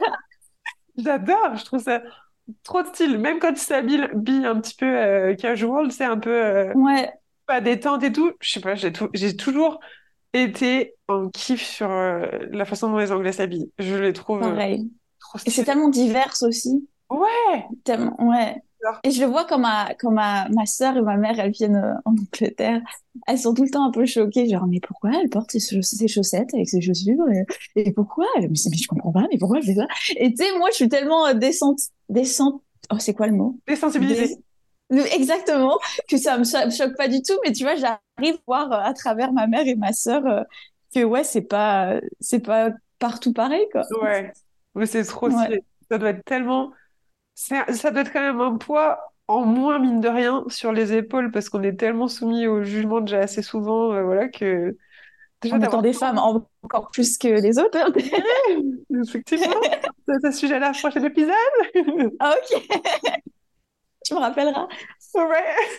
j'adore. Je trouve ça trop de style. Même quand tu s'habille un petit peu casual, c'est un peu Ouais, pas détente et tout. Je sais pas, j'ai toujours été en kiff sur la façon dont les Anglais s'habillent. Je les trouve pareil. trop Et c'est stylés. tellement divers aussi. Ouais! Tellement, ouais. J'adore. Et je le vois quand ma sœur et ma mère, elles viennent en Angleterre. Elles sont tout le temps un peu choquées, genre, mais pourquoi elle porte ses chaussettes avec ses chaussures et pourquoi? Elle me dit, mais je comprends pas, mais pourquoi elle fait ça? Et tu sais, moi, je suis tellement descente, oh, c'est quoi le mot? Désensibilisé. Dés- Exactement, que ça me choque pas du tout, mais tu vois, j'arrive à voir à travers ma mère et ma sœur que ouais, c'est pas partout pareil, quoi. Ouais. Mais c'est trop Ouais. stylé. Ça doit être tellement. Ça doit être quand même un poids en moins, mine de rien, sur les épaules, parce qu'on est tellement soumis au jugement déjà assez souvent, voilà, que déjà En étant d'avoir. des femmes encore plus que les autres. Hein. Ouais, effectivement. C'est un sujet à la prochaine épisode. Ah, ok, tu me rappelleras. Ouais.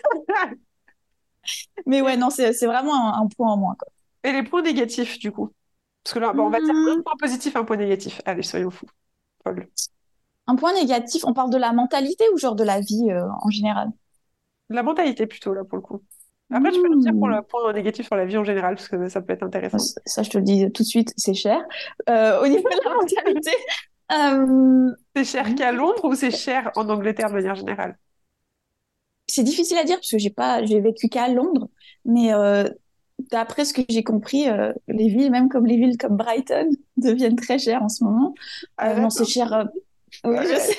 Mais ouais, non, c'est vraiment un point en moins, quoi. Et les points négatifs, du coup. Parce que là, bon, on va dire un Hmm, point positif, un point négatif. Allez, soyons fous. Paul. un point négatif, on parle de la mentalité ou genre de la vie en général? La mentalité, plutôt, là, pour le coup. Après, tu peux nous dire pour le Hmm. point négatif sur la vie en général, parce que ça peut être intéressant. Ça, je te le dis tout de suite, c'est cher. Au niveau de la mentalité, euh, C'est cher qu'à Londres ou c'est cher en Angleterre de manière générale? c'est difficile à dire parce que j'ai vécu qu'à Londres, mais d'après ce que j'ai compris, les villes, même comme les villes comme Brighton, deviennent très chères en ce moment. Non, Arrête c'est un cher. peu. Oui, je sais. Arrête.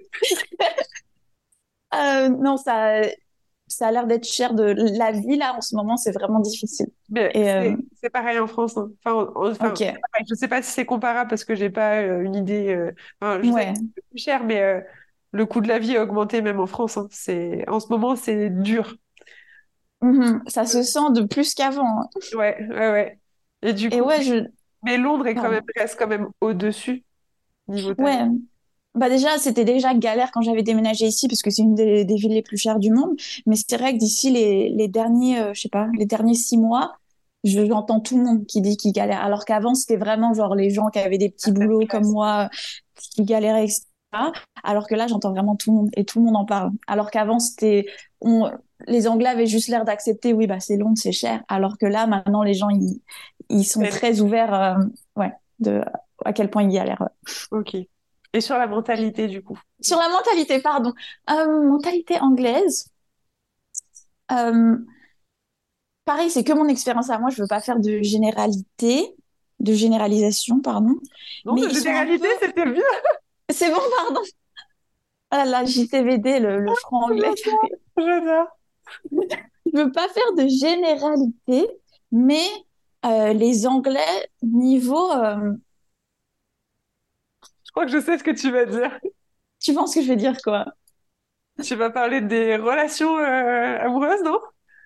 Non, ça a l'air d'être cher de la vie là en ce moment, c'est vraiment difficile. Mais Et c'est pareil en France, hein. Enfin, c'est ok, pareil. Je sais pas si c'est comparable parce que j'ai pas une idée. Enfin, je sais que ouais. c'est plus cher, mais le coût de la vie a augmenté même en France, hein. En ce moment, c'est dur. Mhm. Ça se sent de plus qu'avant. Hein. Ouais, ouais, ouais. Et du Et coup, ouais, mais Londres pardon. reste quand même au-dessus niveau tarif. Ouais. Bah déjà, c'était déjà galère quand j'avais déménagé ici parce que c'est une des villes les plus chères du monde. Mais c'est vrai que d'ici les derniers, je sais pas, les derniers 6 mois, j'entends tout le monde qui dit qu'il galère. Alors qu'avant, c'était vraiment genre les gens qui avaient des petits Certaines boulots comme classes. moi qui galéraient, etc. Alors que là, j'entends vraiment tout le monde et tout le monde en parle. Alors qu'avant, les Anglais avaient juste l'air d'accepter, oui, bah c'est long, c'est cher. Alors que là, maintenant, les gens, ils sont très ouverts, ouais, de à quel point ils galèrent. Ouais. Ok. Et sur la mentalité, du coup. Sur la mentalité, pardon. Mentalité anglaise. Euh, Pareil, c'est que mon expérience à moi. Je veux pas faire de généralisation, pardon. Non, Mais de ils sont un généralité, peu. c'était bien. C'est bon, pardon. Ah là, JTVD, le franc anglais qui J'adore. arrive. J'adore. Je veux pas faire de généralité, mais les Anglais niveau. Je crois que je sais ce que tu vas dire. Tu penses que je vais dire quoi? Tu vas parler des relations amoureuses, non?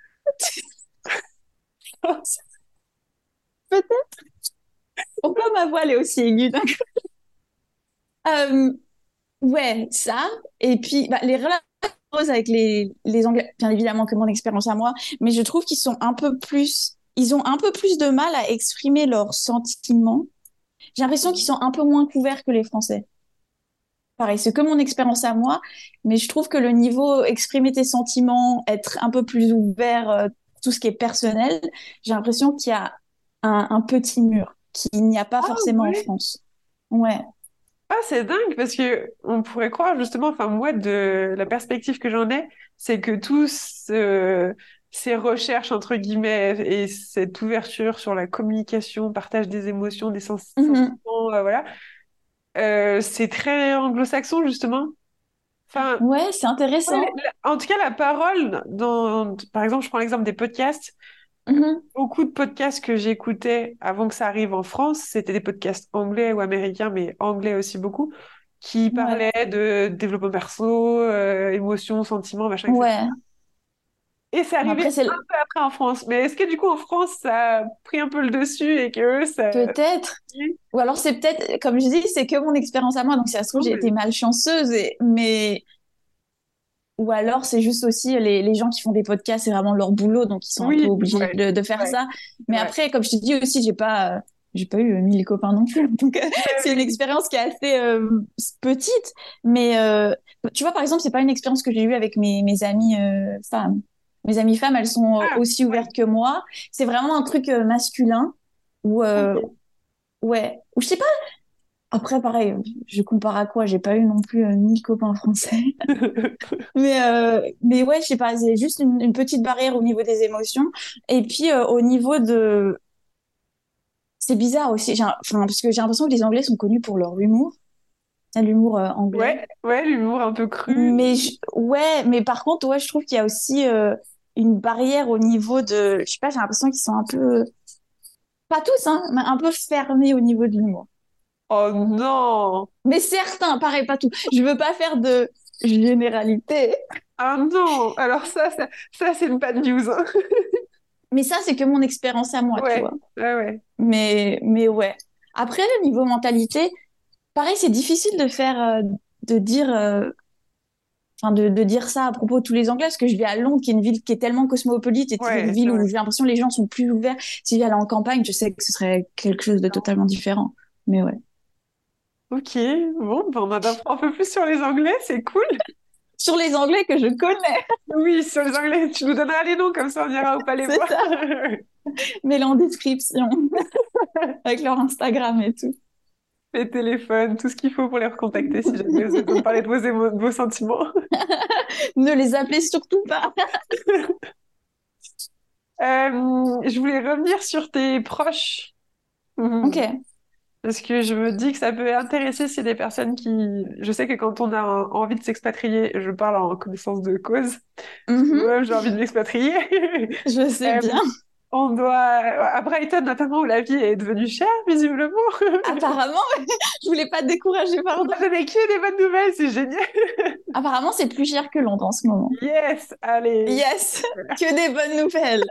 Peut-être. Pourquoi ma voix elle est aussi aiguë d'un coup. Euh, Ouais, ça. Et puis, bah, les relations amoureuses avec les Anglais, bien évidemment que mon expérience à moi, mais je trouve ils ont un peu plus de mal à exprimer leurs sentiments. J'ai l'impression qu'ils sont un peu moins couverts que les Français. Pareil, c'est que mon expérience à moi, mais je trouve que le niveau exprimer tes sentiments, être un peu plus ouvert, tout ce qui est personnel, j'ai l'impression qu'il y a un petit mur qu'il n'y a pas Ah forcément en ouais. France. Ouais. Ah, c'est dingue parce que on pourrait croire justement, enfin moi de la perspective que j'en ai, c'est que tous ces recherches, entre guillemets, et cette ouverture sur la communication, partage des émotions, des Mhm. sentiments, voilà, c'est très anglo-saxon, justement. Enfin, Ouais, c'est ouais, intéressant. en tout cas, la parole, par exemple, je prends l'exemple des podcasts. Mhm. Beaucoup de podcasts que j'écoutais avant que ça arrive en France, c'était des podcasts anglais ou américains, mais anglais aussi beaucoup, qui Ouais. parlaient de développement perso, émotions, sentiments, machin, etc. Ouais. Et c'est Mais arrivé après, un peu après en France. Mais est-ce que du coup en France, ça a pris un peu le dessus et que eux, ça... peut-être. Ou alors c'est peut-être, comme je dis, c'est que mon expérience à moi. Donc si ça se trouve, j'ai été Oui, malchanceuse. Mais ou alors c'est juste aussi les gens qui font des podcasts, c'est vraiment leur boulot, donc ils sont un peu oui, obligés ouais, de faire ouais, ça. c'est Mais vrai. après, comme je te dis aussi, j'ai pas eu 1000 copains non plus. Donc Ouais, c'est une oui. expérience qui est assez petite. Mais tu vois, par exemple, c'est pas une expérience que j'ai eue avec mes amies femmes. Mes amies femmes, elles sont Ah, aussi ouais, ouvertes que moi. C'est vraiment un truc masculin où ok. ouais, ou je sais pas. Après, pareil, je compare à quoi? J'ai pas eu non plus 1000 copains français. Mais ouais, je sais pas, c'est juste une petite barrière au niveau des émotions. Et puis, au niveau de... C'est bizarre aussi, enfin, parce que j'ai l'impression que les Anglais sont connus pour leur humour, l'humour anglais. Ouais, ouais, l'humour un peu cru. Mais ouais, mais par contre, ouais, je trouve qu'il y a aussi une barrière au niveau de... Je sais pas, j'ai l'impression qu'ils sont un peu... Pas tous, hein, mais un peu fermés au niveau de l'humour. Oh non! Mais certains, pareil, pas tous. Je veux pas faire de généralité. Ah non! Alors ça c'est une bad news, hein. Mais ça, c'est que mon expérience à moi, tu Ouais, vois. ouais, ouais. Mais ouais. Après, le niveau mentalité, pareil, c'est difficile de faire, de dire, enfin, de dire ça à propos de tous les Anglais, parce que je vis à Londres, qui est une ville qui est tellement cosmopolite et une Ouais, c'est ville vrai. où j'ai l'impression que les gens sont plus ouverts. Si j'allais en campagne, je sais que ce serait quelque chose de totalement différent. Mais ouais. Ok, bon, ben, on en apprend un peu plus sur les Anglais, c'est cool. Sur les Anglais que je connais, Oui, sur les Anglais, tu nous donneras les noms, comme ça on ira ou pas les c'est voir. ça. Mets-les en description, avec leur Instagram et tout. Les téléphones, tout ce qu'il faut pour les recontacter si jamais vous avez besoin de parler de de vos sentiments. Ne les appelez surtout pas. Je voulais revenir sur tes proches. Mhm. Ok. Parce que je me dis que ça peut intéresser si des personnes qui... Je sais que quand on a envie de s'expatrier, je parle en connaissance de cause, parce que Mhm. moi j'ai envie de m'expatrier. Je sais Euh, bien. on doit... À Brighton notamment, où la vie est devenue chère, visiblement. Apparemment, je voulais pas te décourager, On pardon. va donner que des bonnes nouvelles, c'est génial. Apparemment, c'est plus cher que Londres en ce moment. Yes, allez. Yes, que des bonnes nouvelles.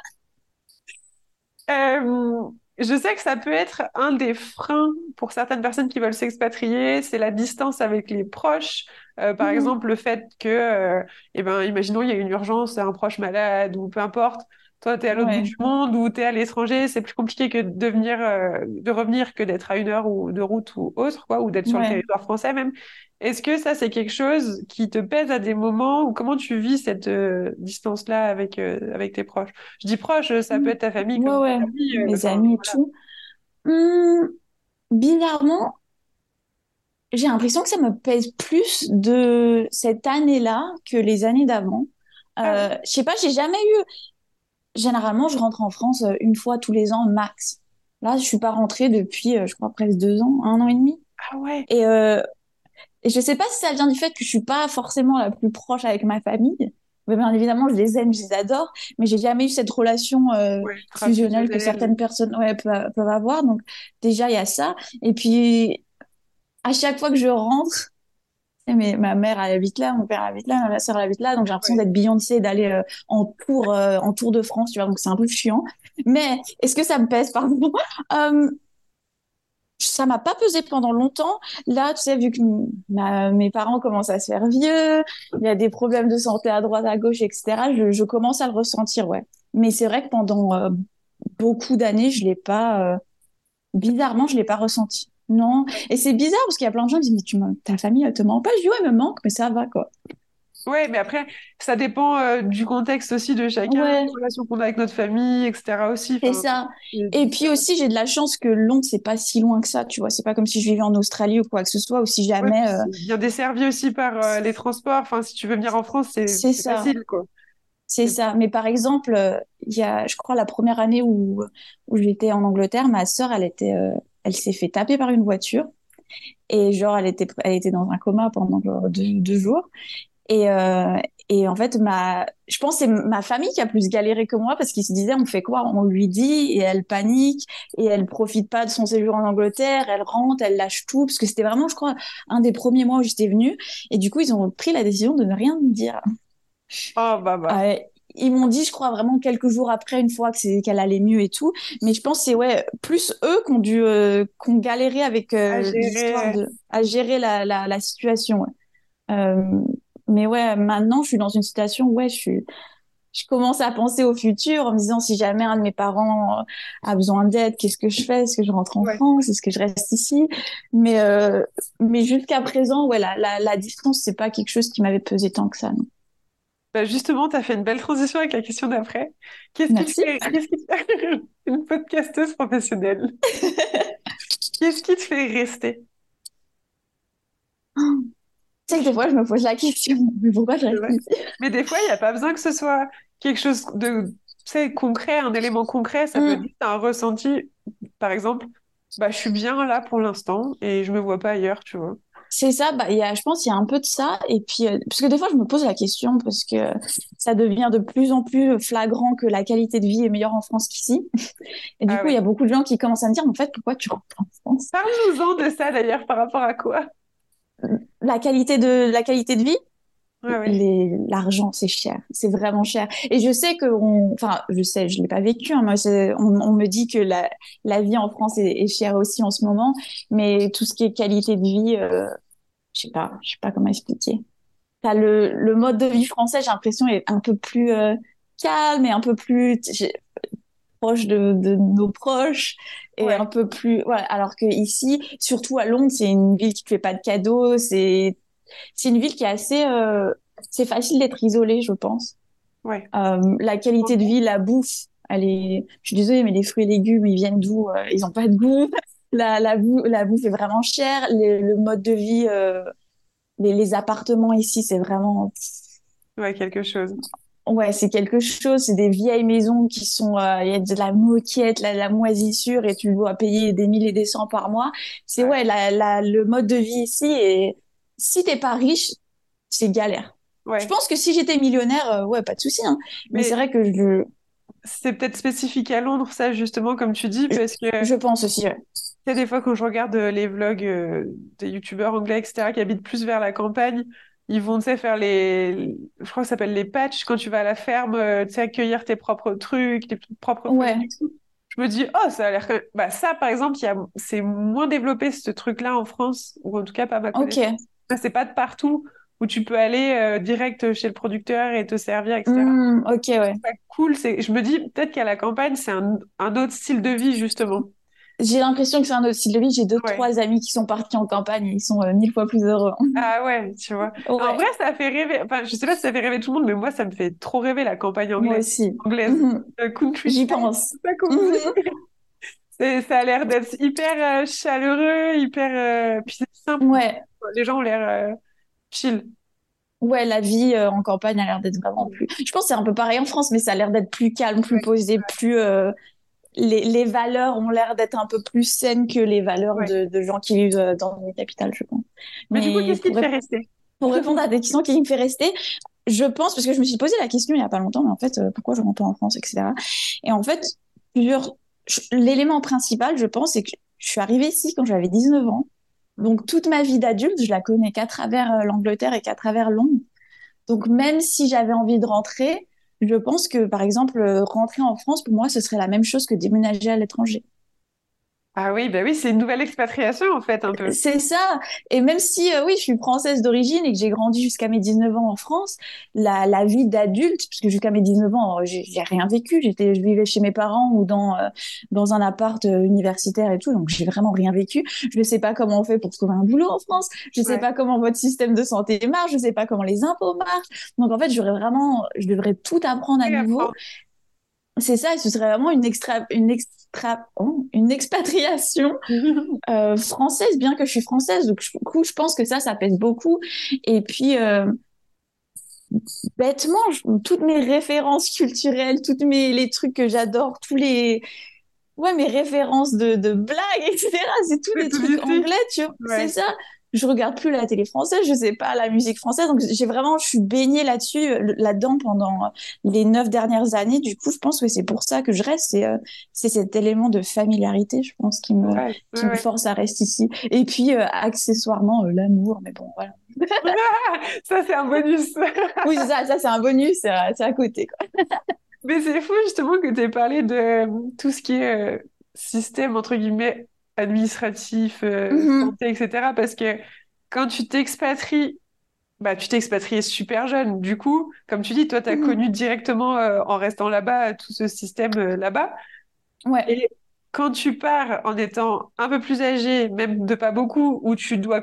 Je sais que ça peut être un des freins pour certaines personnes qui veulent s'expatrier, c'est la distance avec les proches. Par Mhm. exemple, le fait que, eh ben, imaginons, il y a une urgence, un proche malade ou peu importe. Toi, tu es à l'autre bout Ouais, du monde ou tu es à l'étranger, c'est plus compliqué que de revenir que d'être à une heure ou de route ou autre, quoi, ou d'être sur le ouais. territoire français même. Est-ce que ça, c'est quelque chose qui te pèse à des moments ou comment tu vis cette distance-là avec tes proches? Je dis proche, ça peut Mhm. être ta famille Ouais, comme ouais, tes amis, mes enfin, amis et voilà. tout. Hum, bizarrement, j'ai l'impression que ça me pèse plus de cette année-là que les années d'avant. Ah ouais. Je sais pas, j'ai jamais eu. Généralement, je rentre en France une fois tous les ans max. Là, je suis pas rentrée depuis, je crois, presque 2 ans, 1 an et demi. Ah ouais. Et, euh, Et je sais pas si ça vient du fait que je suis pas forcément la plus proche avec ma famille. Mais bien évidemment, je les aime, je les adore, mais j'ai jamais eu cette relation Ouais, ultra fusionnelle que fusionnel. certaines personnes ouais, peuvent avoir. Donc déjà, il y a ça. Et puis, à chaque fois que je rentre, mais ma mère elle habite là, mon père habite là, ma soeur elle habite là, donc j'ai l'impression Ouais. d'être Beyoncé, d'aller en tour de France, tu vois, donc c'est un peu chiant. Mais est-ce que ça me pèse, pardon? Euh, Ça m'a pas pesé pendant longtemps. Là, tu sais, vu que mes parents commencent à se faire vieux, il y a des problèmes de santé à droite, à gauche, etc. Je commence à le ressentir, ouais. Mais c'est vrai que pendant beaucoup d'années, je l'ai pas, bizarrement, je l'ai pas ressenti. Non. Et c'est bizarre parce qu'il y a plein de gens qui disent, mais ta famille, elle te manque pas? Je dis, ouais, elle me manque, mais ça va, quoi. Ouais, mais après, ça dépend du contexte aussi de chacun, Ouais, des relations qu'on a avec notre famille, etc. aussi. c'est Enfin, ça. c'est Et puis différent. aussi, j'ai de la chance que Londres, c'est pas si loin que ça, tu vois. C'est pas comme si je vivais en Australie ou quoi que ce soit, ou si Ouais, puis jamais, c'est bien desservi aussi par les transports. Enfin, si tu veux venir en France, c'est c'est ça. facile, quoi. C'est ça. Mais par exemple, il y a, je crois, la première année où j'étais en Angleterre, ma sœur, elle s'est fait taper par une voiture. Et genre, elle était dans un coma pendant genre, deux jours. Et, euh, et en fait, je pense que c'est ma famille qui a plus galéré que moi parce qu'ils se disaient, on fait quoi? On lui dit et elle panique et elle profite pas de son séjour en Angleterre, elle rentre, elle lâche tout parce que c'était vraiment, je crois, un des premiers mois où j'étais venue. Et du coup, ils ont pris la décision de ne rien me dire. Oh, bah. Euh, Ils m'ont dit, je crois, vraiment quelques jours après, une fois que qu'elle allait mieux et tout. Mais je pense que c'est ouais, plus eux qui ont galéré avec À l'histoire gérer. à gérer la situation. Ouais. Euh, mais ouais, maintenant, je suis dans une situation où ouais, je commence à penser au futur en me disant si jamais un de mes parents a besoin d'aide, qu'est-ce que je fais? Est-ce que je rentre en Ouais. France? Est-ce que je reste ici? Mais, euh, mais jusqu'à présent, ouais, la distance, c'est pas quelque chose qui m'avait pesé tant que ça, non. Bah justement, tu as fait une belle transition avec la question d'après. Merci. Qu'est-ce qui te fait une podcasteuse professionnelle? Qu'est-ce qui te fait rester? Tu sais que des fois, je me pose la question, mais pourquoi je C'est reste vrai. ici? Mais des fois, il n'y a pas besoin que ce soit quelque chose de, tu sais, concret, un élément concret. Ça peut être Hum, juste un ressenti. Par exemple, bah, je suis bien là pour l'instant et je me vois pas ailleurs, tu vois. c'est ça, bah, je pense qu'il y a un peu de ça. Et puis, parce que des fois, je me pose la question parce que ça devient de plus en plus flagrant que la qualité de vie est meilleure en France qu'ici. Et du Ah coup, il y ouais. a beaucoup de gens qui commencent à me dire, mais en fait, pourquoi tu rentres en France? Parle-nous-en de ça d'ailleurs, par rapport à quoi? La qualité de vie, Ouais, ouais. l'argent, c'est cher. C'est vraiment cher. Et je sais enfin, je sais, je l'ai pas vécu, hein, moi, on me dit que la vie en France est chère aussi en ce moment. Mais tout ce qui est qualité de vie, je sais pas comment expliquer. T'as le mode de vie français, j'ai l'impression, est un peu plus calme et un peu plus proche de nos proches et un Ouais. peu plus voilà. Alors que ici, surtout à Londres, c'est une ville qui te fait pas de cadeaux, c'est une ville qui est assez c'est facile d'être isolé, je pense. Ouais. La qualité de vie, la bouffe, je suis désolée, mais les fruits et légumes, ils viennent d'où? Ils ont pas de goût. La bouffe est vraiment chère. Le mode de vie, les appartements ici, c'est vraiment Ouais, quelque chose. ouais, c'est quelque chose. C'est des vieilles maisons qui sont, il y a de la moquette, la moisissure, et tu dois payer des mille et des cents par mois. C'est Ouais. ouais, le mode de vie ici. Et si t'es pas riche, c'est galère. Je Ouais. pense que si j'étais millionnaire, ouais, pas de souci, hein. Mais c'est Mais vrai que c'est peut-être spécifique à Londres, ça, justement, comme tu dis, je, parce que je pense aussi. Ouais. tu sais, des fois, quand je regarde les vlogs des youtubeurs anglais, etc., qui habitent plus vers la campagne, ils vont, tu sais, faire je crois que ça s'appelle les patchs, quand tu vas à la ferme, tu sais, accueillir tes propres trucs, tes propres fruits et Ouais. légumes. Je me dis, oh, ça a l'air bah, ça, par exemple, c'est moins développé, ce truc-là, en France, ou en tout cas, pas à ma connaissance. Ok. Ça, c'est pas de partout où tu peux aller direct chez le producteur et te servir, etc. Ok, ouais. Pas cool, je me dis, peut-être qu'à la campagne, c'est un autre style de vie, justement. J'ai l'impression que c'est un autre style de vie. J'ai deux, Ouais. trois amis qui sont partis en campagne et ils sont mille fois plus heureux. Ah ouais, tu vois. En Ouais, vrai, ça fait rêver. Enfin, je sais pas si ça fait rêver tout le monde, mais moi, ça me fait trop rêver la campagne moi aussi. anglaise. Mhm. J'y Countryside, je pense. sais pas comment on Mhm. dit. Ça a l'air d'être hyper chaleureux, hyper. Puis c'est simple. Ouais, Les gens ont l'air chill. ouais, la vie en campagne a l'air d'être vraiment plus. Je pense que c'est un peu pareil en France, mais ça a l'air d'être plus calme, plus Ouais, posé, plus. Les valeurs ont l'air d'être un peu plus saines que les valeurs ouais. de gens qui vivent dans une capitale, je pense. Mais du coup, Mais qu'est-ce qui te fait rester? pour répondre à des questions qui me fait rester, je pense, parce que je me suis posé la question il y a pas longtemps, mais en fait, pourquoi je rentre pas en France, etc. Et en fait, plusieurs... l'élément principal, je pense, c'est que je suis arrivée ici quand j'avais 19 ans. Donc, toute ma vie d'adulte, je la connais qu'à travers l'Angleterre et qu'à travers Londres. Donc, même si j'avais envie de rentrer, je pense que, par exemple, rentrer en France, pour moi, ce serait la même chose que déménager à l'étranger. Ah oui, bah oui, c'est une nouvelle expatriation, en fait, un peu. C'est ça. Et même si, oui, je suis française d'origine et que j'ai grandi jusqu'à mes 19 ans en France, la vie d'adulte, parce que jusqu'à mes 19 ans, j'ai rien vécu. Je vivais chez mes parents ou dans un appart universitaire et tout. Donc, j'ai vraiment rien vécu. Je ne sais pas comment on fait pour trouver un boulot en France. Je ne sais Ouais. pas comment votre système de santé marche. Je ne sais pas comment les impôts marchent. Donc, en fait, je devrais tout apprendre à Et nouveau. apprendre. C'est ça. Et ce serait vraiment une expatriation française, bien que je suis française. Donc, du coup, je pense que ça pèse beaucoup. Et puis, bêtement, toutes mes références culturelles, les trucs que j'adore, ouais, mes références de blagues, etc. C'est tous C'est des tout trucs d'ici. anglais, tu vois. C'est Ouais. ça. Je regarde plus la télé française, je sais pas la musique française. Donc, je suis baignée là-dessus, là-dedans pendant les 9 dernières années. Du coup, je pense que c'est pour ça que je reste. C'est cet élément de familiarité, je pense, Ouais, qui ouais, me ouais. force à rester ici. Et puis, accessoirement, l'amour. Mais bon, voilà. Ça, c'est un bonus. Oui, c'est ça, c'est un bonus, c'est à côté, quoi. Mais c'est fou justement que tu aies parlé de tout ce qui est système, entre guillemets, administratif, Mhm, santé, etc. Parce que quand tu t'expatries, bah, tu t'es expatrié super jeune. Du coup, comme tu dis, toi, tu as mhm. connu directement, en restant là-bas, tout ce système là-bas. Ouais, Et quand tu pars en étant un peu plus âgé, même de pas beaucoup, où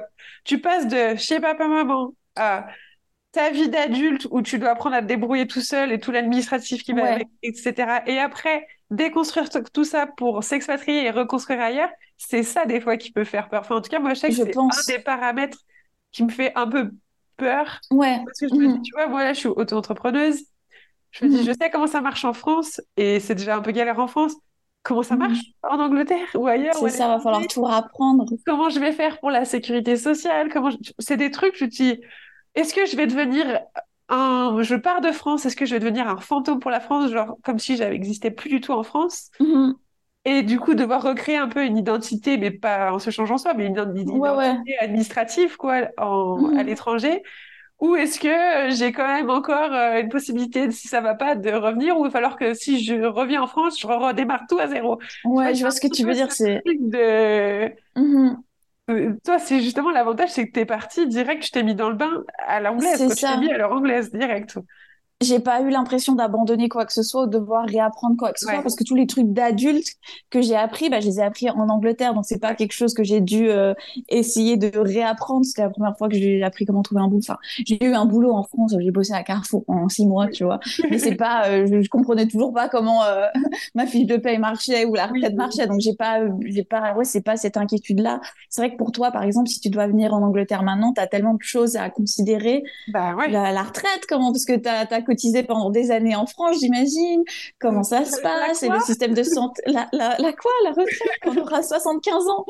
tu passes de chez papa-maman à ta vie d'adulte où tu dois apprendre à te débrouiller tout seul et tout l'administratif qui va avec, ouais, etc. Et après, déconstruire tout ça pour s'expatrier et reconstruire ailleurs, c'est ça des fois qui peut faire peur. Enfin, en tout cas, moi, je sais que je c'est un des pense. paramètres qui me fait un peu peur. Ouais. Parce que je me dis, Mhm, tu vois, moi là, je suis auto-entrepreneuse. Je me dis, je mhm, sais comment ça marche en France et c'est déjà un peu galère en France. Comment ça marche mhm. en Angleterre ou ailleurs ou C'est à ça, va falloir l'étranger? tout rapprendre. Comment je vais faire pour la sécurité sociale? C'est des trucs, je te dis, est-ce que je vais devenir je pars de France, est-ce que je vais devenir un fantôme pour la France, genre comme si j'avais existé plus du tout en France? Mhm. Et du coup, devoir recréer un peu une identité, mais pas en se changeant soi, mais une Ouais, ouais. identité administrative, quoi, à Mhm. l'étranger. Ou est-ce que j'ai quand même encore une possibilité, si ça va pas, de revenir, ou il va falloir que si je reviens en France, je redémarre tout à zéro. Tu vois, Ouais, il je y a vois un ce que petit tu peu veux ce dire. truc de... Mhm. Toi, c'est justement l'avantage, c'est que t'es parti direct, tu t'es mis dans le bain à l'anglaise, C'est quoi. Tu t'es mis ça. à l'heure anglaise, direct. J'ai pas eu l'impression d'abandonner quoi que ce soit ou de devoir réapprendre quoi que ce soit Ouais, parce que tous les trucs d'adultes que j'ai appris, bah, je les ai appris en Angleterre. Donc, c'est pas ouais. quelque chose que j'ai dû essayer de réapprendre. C'était la première fois que j'ai appris comment trouver un boulot. Enfin, j'ai eu un boulot en France. J'ai bossé à Carrefour pendant 6 mois, Oui. tu vois. Mais c'est pas, je comprenais toujours pas comment ma fiche de paye marchait ou la Oui, retraite marchait. Donc, ouais, c'est pas cette inquiétude-là. C'est vrai que pour toi, par exemple, si tu dois venir en Angleterre maintenant, tu as tellement de choses à considérer bah ouais. la retraite, comment, parce que tu as cotisé pendant des années en France, j'imagine. Comment ça se La passe? Et quoi? le système de santé, la quoi? La retraite quand on aura 75 ans.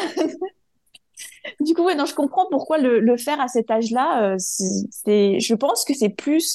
Du coup, ouais, non, je comprends pourquoi le faire à cet âge-là, je pense que c'est plus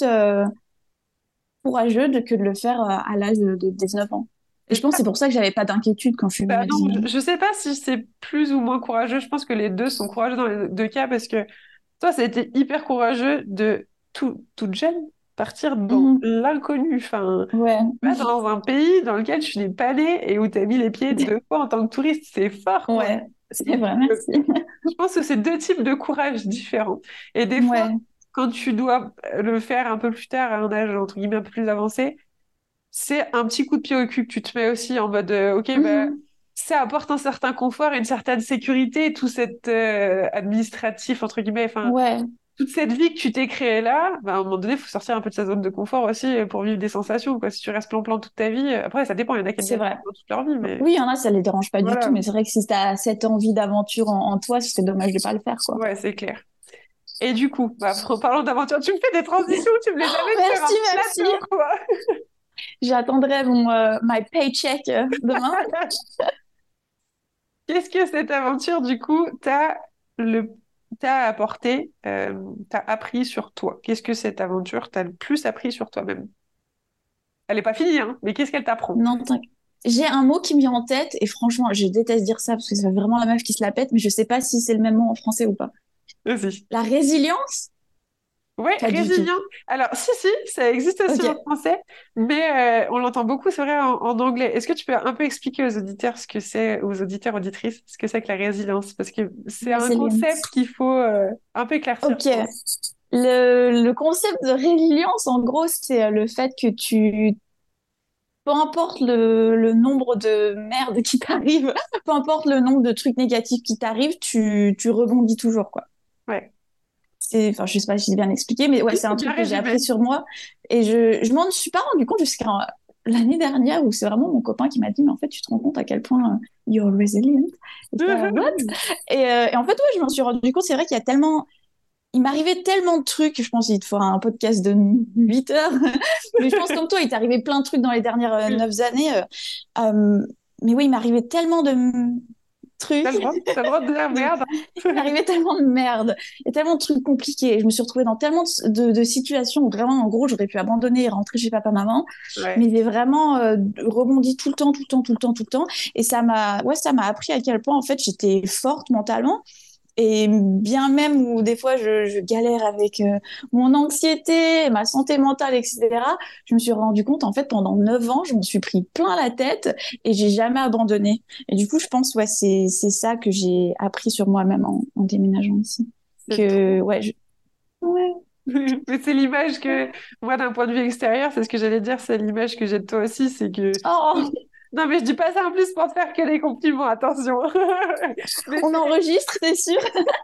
courageux que de le faire à l'âge de 19 ans. Et je pense que c'est pour ça que j'avais pas d'inquiétude quand je suis Bah venue non, ici. je sais pas si c'est plus ou moins courageux. Je pense que les deux sont courageux dans les deux cas parce que toi, ça a été hyper courageux de toute jeune partir dans Mhm. l'inconnu. Enfin, Ouais, pas dans un pays dans lequel tu n'es pas né et où tu as mis les pieds deux fois en tant que touriste. C'est fort, quoi. ouais, c'est Donc, vrai, merci. je pense que c'est deux types de courage différents. Et des fois, Ouais. quand tu dois le faire un peu plus tard, à un âge entre guillemets un peu plus avancé, c'est un petit coup de pied au cul que tu te mets aussi en mode ok, bah, Mhm. ça apporte un certain confort et une certaine sécurité, tout cet administratif, entre guillemets, enfin, Ouais, toute cette vie que tu t'es créée là, bah, à un moment donné, il faut sortir un peu de sa zone de confort aussi pour vivre des sensations, quoi. Si tu restes plan-plan toute ta vie, après, ça dépend, il y en a qui aiment c'est bien vrai. vivre toute leur vie, mais Oui, il y en a, ça les dérange pas du tout, voilà, mais c'est vrai que si tu as cette envie d'aventure en toi, c'est dommage de pas le faire, quoi. ouais, c'est clair. Et du coup, bah, en parlant d'aventure, tu me fais des transitions, tu me les amènes sur Merci, un merci. plateau, quoi. J'attendrai my paycheck demain. Qu'est-ce que cette aventure, du coup, le, t'a apporté, t'a appris sur toi? Qu'est-ce que cette aventure t'a le plus appris sur toi-même? Elle n'est pas finie, hein, mais qu'est-ce qu'elle t'apprend? Non, j'ai un mot qui me vient en tête et franchement, je déteste dire ça parce que c'est vraiment la meuf qui se la pète, mais je sais pas si c'est le même mot en français ou pas. Vas-y. La résilience? Ouais, Pas du tout. résilient. Alors, si, ça existe aussi Ok. en français, mais on l'entend beaucoup, c'est vrai, en anglais. Est-ce que tu peux un peu expliquer aux auditeurs ce que c'est, aux auditeurs, auditrices, ce que c'est que la résilience? Parce que c'est un concept Résilience. qu'il faut un peu éclaircir, Ok. je pense. Le concept de résilience, en gros, c'est le fait que peu importe le nombre de merdes qui t'arrivent, peu importe le nombre de trucs négatifs qui t'arrivent, tu rebondis toujours, quoi. Ouais. Enfin, je sais pas si j'ai bien expliqué, mais ouais, Oui, c'est un c'est bien truc que j'ai appris résumé. sur moi et je m'en suis pas rendu compte jusqu'à l'année dernière où c'est vraiment mon copain qui m'a dit, mais en fait, tu te rends compte à quel point you're resilient. Et, j'étais là, what? Et en fait, ouais, je m'en suis rendu compte. C'est vrai qu'il y a tellement il m'arrivait tellement de trucs, je pense qu'il te fera un podcast de 8 heures, mais je pense comme toi, il t'est arrivé plein de trucs dans les dernières Oui. 9 années. Euh, mais oui, il m'arrivait tellement de trucs, T'as le droit de dire de- merde. il m'arrivait tellement de merde, et tellement de trucs compliqués. Je me suis retrouvée dans tellement de situations où vraiment, en gros, j'aurais pu abandonner et rentrer chez papa-maman, Ouais. mais j'ai vraiment rebondi tout le temps, tout le temps, tout le temps, tout le temps, et ça m'a appris à quel point, en fait, j'étais forte mentalement. Et bien même où des fois je galère avec mon anxiété, ma santé mentale, etc., je me suis rendu compte, en fait, pendant 9 ans, je me suis pris plein la tête et j'ai jamais abandonné. Et du coup, je pense, ouais, c'est ça que j'ai appris sur moi-même en déménageant ici. C'est trop. Ouais. Mais c'est l'image que, moi, d'un point de vue extérieur, c'est ce que j'allais dire, c'est l'image que j'ai de toi aussi, c'est que... Oh, Non, mais je dis pas ça en plus pour te faire que des compliments, attention. Mais on enregistre, c'est sûr.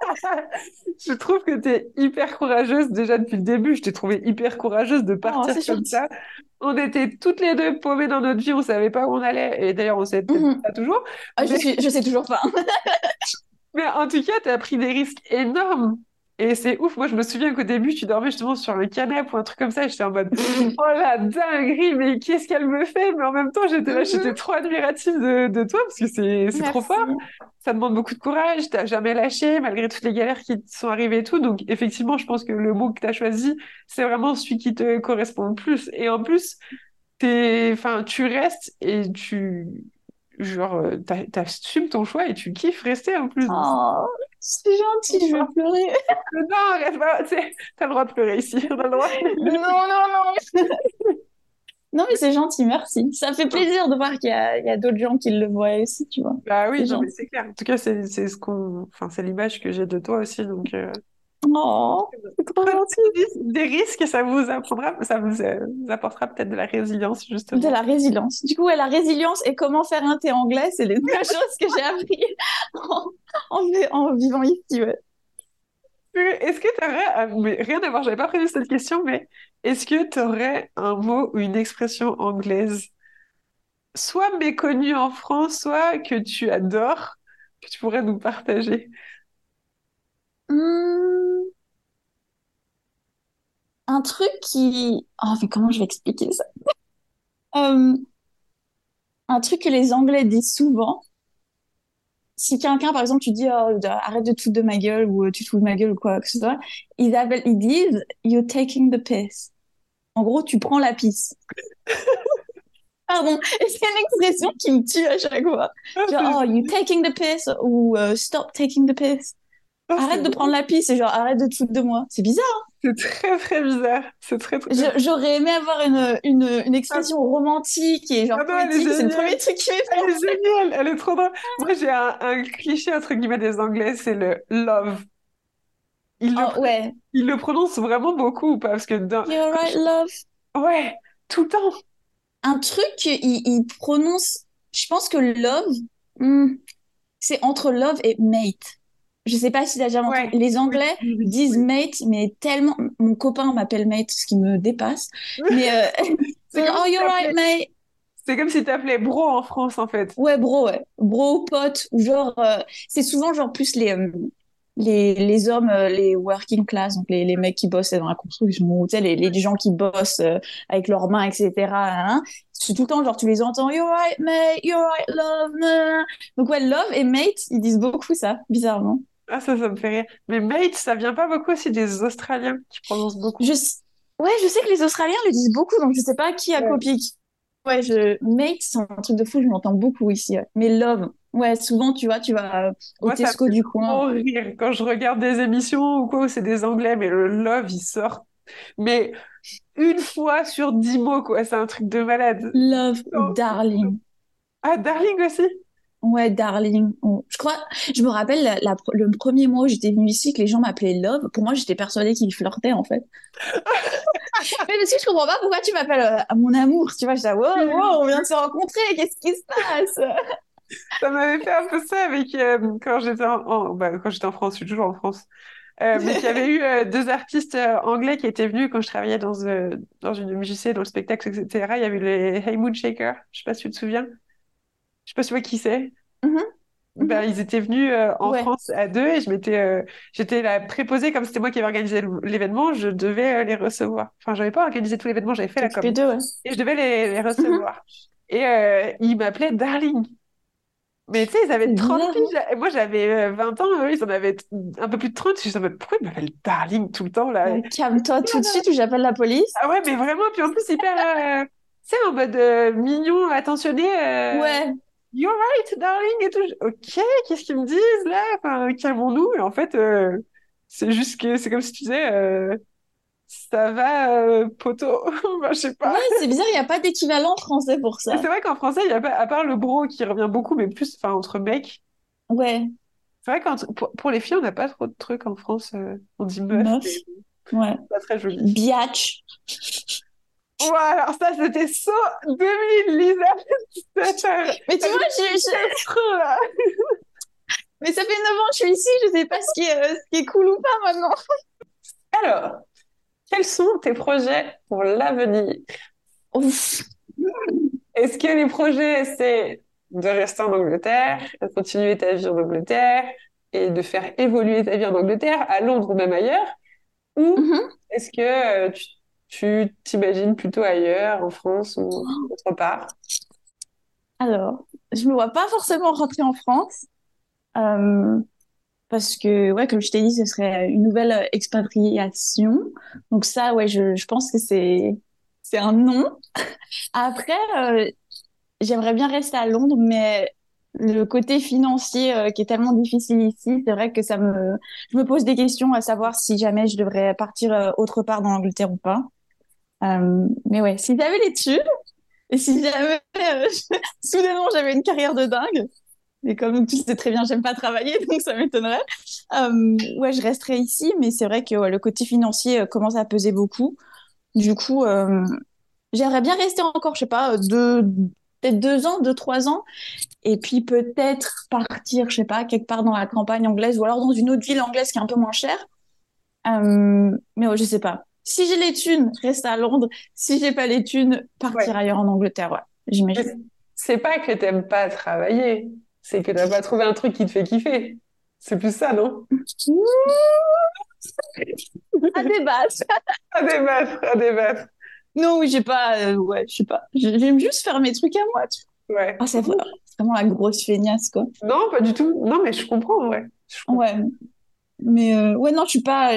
je trouve que tu es hyper courageuse. Déjà, depuis le début, je t'ai trouvée hyper courageuse de Oh, partir c'est comme gentil. ça. On était toutes les deux paumées dans notre vie, on savait pas où on allait. Et d'ailleurs, on sait peut-être Mhm. pas toujours. Ah, Mais, je sais toujours pas. mais en tout cas, tu as pris des risques énormes. Et c'est ouf. Moi, je me souviens qu'au début, tu dormais justement sur le canapé ou un truc comme ça. Et j'étais en mode, oh la dinguerie, mais qu'est-ce qu'elle me fait? Mais en même temps, j'étais là, j'étais Mhm. trop admirative de toi parce que c'est trop fort. Merci. Ça demande beaucoup de courage, t'as jamais lâché malgré toutes les galères qui te sont arrivées et tout. Donc effectivement, je pense que le mot que tu as choisi, c'est vraiment celui qui te correspond le plus. Et en plus, enfin, tu restes et genre, t'assumes ton choix et tu kiffes rester en plus. Donc, c'est Oh, c'est trop gentil, je vais fort. pleurer. Non, reste pas, t'as le droit de pleurer ici, on a le droit. Non, non, non. Non, mais c'est gentil, merci. Ça fait plaisir de voir il y a d'autres gens qui le voient aussi, tu vois. Bah oui, C'est non mais gentil. c'est clair. En tout cas, c'est ce qu'on, enfin, c'est l'image que j'ai de toi aussi. Donc Oh, c'est trop prenez gentil. des risques, ça vous apprendra, ça vous apportera peut-être de la résilience, De justement. la résilience. Du coup, ouais, la résilience et comment faire un thé anglais, c'est les deux choses que j'ai appris en, en vivant ici, ouais. Est-ce que tu aurais, mais rien à voir, j'avais pas prévu cette question, mais est-ce que tu aurais un mot ou une expression anglaise, soit méconnue en France, soit que tu adores, que tu pourrais nous partager? Hum, un truc qui... Oh, mais comment je vais expliquer ça? Hum, un truc que les Anglais disent souvent. Si quelqu'un, par exemple, tu dis oh, arrête de te foutre de ma gueule ou tu te fous de ma gueule ou quoi que ce soit, ils disent you're taking the piss. En gros, tu prends la pisse. Pardon, et c'est une expression qui me tue à chaque fois. Ah, Genre, c'est oh, you taking the piss ou stop taking the piss. ah, Arrête de prendre la pisse et genre, arrête de te foutre de moi. C'est bizarre. c'est très très bizarre. C'est très très... J'aurais aimé avoir une Ah, expression romantique et ah genre non, elle est poétique. C'est le premier géniale. truc qui m'est Elle est fait. géniale. Elle est trop drôle. Moi, j'ai un cliché entre guillemets des Anglais, c'est le love. Ils le, Oh, pr- ouais. ils le prononcent vraiment beaucoup ou pas? Parce que You're right, love. ouais, tout le temps. Un truc, il prononce. Je pense que love, hmm, c'est entre love et mate. Je sais pas si t'as déjà entendu. Ouais, Les oui, Anglais oui, oui, disent oui. mate, mais tellement. Mon copain m'appelle mate, ce qui me dépasse. Mais C'est comme oh, si you're right, t'appelais, mate. c'est comme si t'appelais bro en France, en fait. Ouais, bro, ouais. Bro, pote, ou genre, c'est souvent genre plus les hommes, les working class, donc les mecs qui bossent dans la construction, ou tu sais, les gens qui bossent avec leurs mains, etc. Hein. C'est tout le temps, genre, tu les entends, you're right, mate, you're right, love, nah. Donc ouais, love et mate, ils disent beaucoup ça, bizarrement. Ah, ça me fait rire. Mais mate, ça vient pas beaucoup aussi des Australiens qui prononcent beaucoup. Je, s- ouais, je sais que les Australiens le disent beaucoup, donc je sais pas qui a Ouais. copié qui. Ouais, mate, c'est un truc de fou, je l'entends beaucoup ici. Ouais. Mais love, ouais, souvent, tu vois, tu vas au Moi, ça me Tesco fait du coin. trop rire quand je regarde des émissions ou quoi où c'est des Anglais, mais le love, il sort. Mais une fois sur 10 mots, quoi. C'est un truc de malade. Love ou Oh. darling. Ah, darling aussi. Ouais, darling. Oh. Je crois, je me rappelle le premier mois où j'étais venue ici que les gens m'appelaient Love. Pour moi, j'étais persuadée qu'ils flirtaient en fait. Mais parce que je comprends pas pourquoi tu m'appelles mon amour. Tu vois, je dis, wow, Oui, wow, on oui. vient de se rencontrer. Qu'est-ce qui se passe? Ça m'avait fait un peu ça avec quand j'étais bah, quand j'étais en France, je suis toujours en France. Mais qu'il y avait eu deux artistes anglais qui étaient venus quand je travaillais dans une MJC, dans le spectacle, etc. Il y avait les Hey Moon Shaker. Je sais pas si tu te souviens. Je sais pas si tu vois qui c'est. Mhm. Ben, ils étaient venus en Ouais, France à deux et j'étais la préposée, comme c'était moi qui avais organisé l'événement, je devais les recevoir. Enfin, j'avais pas organisé tout l'événement, j'avais fait la t'occupais com. d'eux, ouais. Et je devais les Mhm. recevoir. Et ils m'appelaient Darling. Mais tu sais, ils avaient C'est 30 bizarre, hein? piges. Et moi, j'avais 20 ans, eux, ils en avaient un peu plus de 30. Je suis en mode, pourquoi ils m'appellent Darling tout le temps, là? Calme-toi tout de suite ou j'appelle la police. Ah ouais, mais vraiment, puis en plus, hyper, tu sais, en mode mignon, attentionné. Ouais, You're right, darling, et tout. Ok, qu'est-ce qu'ils me disent là? Enfin, calmons-nous. Et en fait, c'est juste que c'est comme si tu disais, ça va, poteau. Enfin, je sais pas. ouais, c'est bizarre, il n'y a pas d'équivalent français pour Et ça. c'est vrai qu'en français, il y a pas, à part le bro qui revient beaucoup, mais plus, enfin, entre mecs. Ouais, C'est vrai qu'entre pour les filles, on n'a pas trop de trucs en France. On dit meuf, meuf, mais ouais. c'est pas très joli. Biatch. Voilà, alors ça, c'était saut 2000, Lisa. Mais tu T'as vois, des petits freins, là. mais ça fait 9 ans que je suis ici, je sais pas ce qui est cool ou pas maintenant. Alors, quels sont tes projets pour l'avenir? Ouf. Est-ce que les projets, c'est de rester en Angleterre, de continuer ta vie en Angleterre et de faire évoluer ta vie en Angleterre, à Londres ou même ailleurs? Ou Mhm. est-ce que tu t'imagines plutôt ailleurs, en France ou autre part? Alors, je me vois pas forcément rentrer en France. euh, Parce que, ouais, comme je t'ai dit, ce serait une nouvelle expatriation. Donc ça, ouais, je pense que c'est un non. Après, j'aimerais bien rester à Londres, mais le côté financier qui est tellement difficile ici, c'est vrai que je me pose des questions à savoir si jamais je devrais partir autre part dans l'Angleterre ou pas. Mais ouais, si j'avais l'étude et si jamais soudainement j'avais une carrière de dingue, mais comme tu sais très bien, j'aime pas travailler, donc ça m'étonnerait. Ouais, je resterai ici, mais c'est vrai que ouais, le côté financier commence à peser beaucoup. Du coup, j'aimerais bien rester encore, je sais pas, peut-être 2 ans, 2, 3 ans, et puis peut-être partir, je sais pas, quelque part dans la campagne anglaise ou alors dans une autre ville anglaise qui est un peu moins chère. Mais ouais, je sais pas. Si j'ai les thunes, rester à Londres. Si j'ai pas les thunes, partir Ouais. ailleurs en Angleterre, ouais, j'imagine. Mais c'est pas que t'aimes pas travailler, c'est que t'as pas trouvé un truc qui te fait kiffer. C'est plus ça, non? À débattre. À débattre, à débattre. Non, oui, j'ai pas, ouais, je sais pas. J'aime juste faire mes trucs à moi, tu Ouais. vois. Ah, c'est vraiment la grosse feignasse, quoi. Non, pas du tout. Non, mais je comprends, ouais. Je comprends. Ouais, mais ouais, non,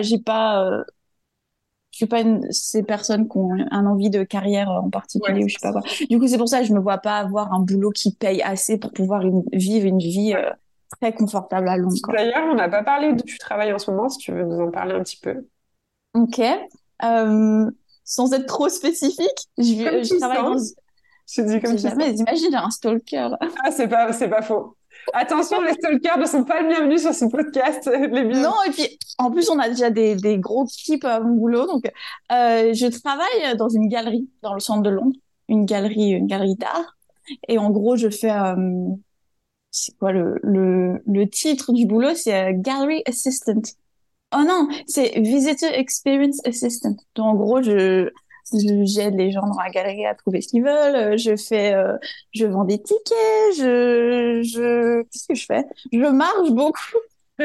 je suis pas ces personnes qui ont un envie de carrière en Ouais, particulier ou je sais pas quoi. Du coup, c'est pour ça que je me vois pas avoir un boulot qui paye assez pour pouvoir vivre une vie ouais. très confortable à Londres, quoi. D'ailleurs, on n'a pas parlé d'où tu travailles en ce moment, si tu veux nous en parler un petit peu. Ok. Euh, Sans être trop spécifique, Comme je tu travaille dans... sens. Je te dis On comme sait tu sens. jamais, imagine, j'ai un stalker. Ah, c'est pas faux. Attention, les stalkers ne sont pas les bienvenus sur ce podcast. Les Non, bienvenus. et puis en plus, on a déjà des gros kips à mon boulot. Donc, je travaille dans une galerie dans le centre de Londres, une galerie d'art. Et en gros, je fais, c'est quoi le titre du boulot? C'est Gallery Assistant. Oh non, c'est Visitor Experience Assistant. Donc, en gros, j'aide les gens dans la galerie à trouver ce qu'ils veulent. Je vends des tickets. Qu'est-ce que je fais? Je marche beaucoup.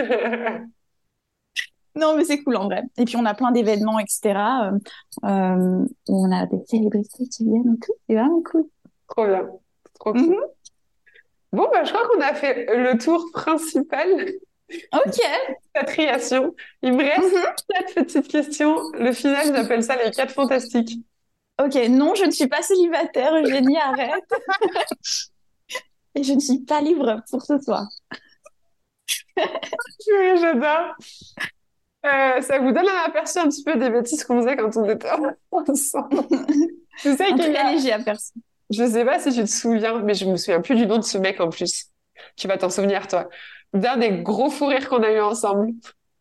Non, mais c'est cool en vrai. Et puis on a plein d'événements, etc. Où on a des célébrités qui viennent et tout. C'est vraiment cool. Trop bien. Trop cool. Mhm. Bon, bah, je crois qu'on a fait le tour principal de Ok. l'expatriation. Il me reste Mhm. 4 petites questions. Le final, j'appelle ça les 4 fantastiques. Ok, non, je ne suis pas célibataire, Eugénie, arrête. Et je ne suis pas libre pour ce soir. J'adore. Ça vous donne un aperçu un petit peu des bêtises qu'on faisait quand on était ensemble. Tu sais Un qu'il y très a, léger aperçu. je sais pas si tu te souviens, mais je me souviens plus du nom de ce mec en plus. Tu vas t'en souvenir, toi. D'un des gros fous rires qu'on a eu ensemble.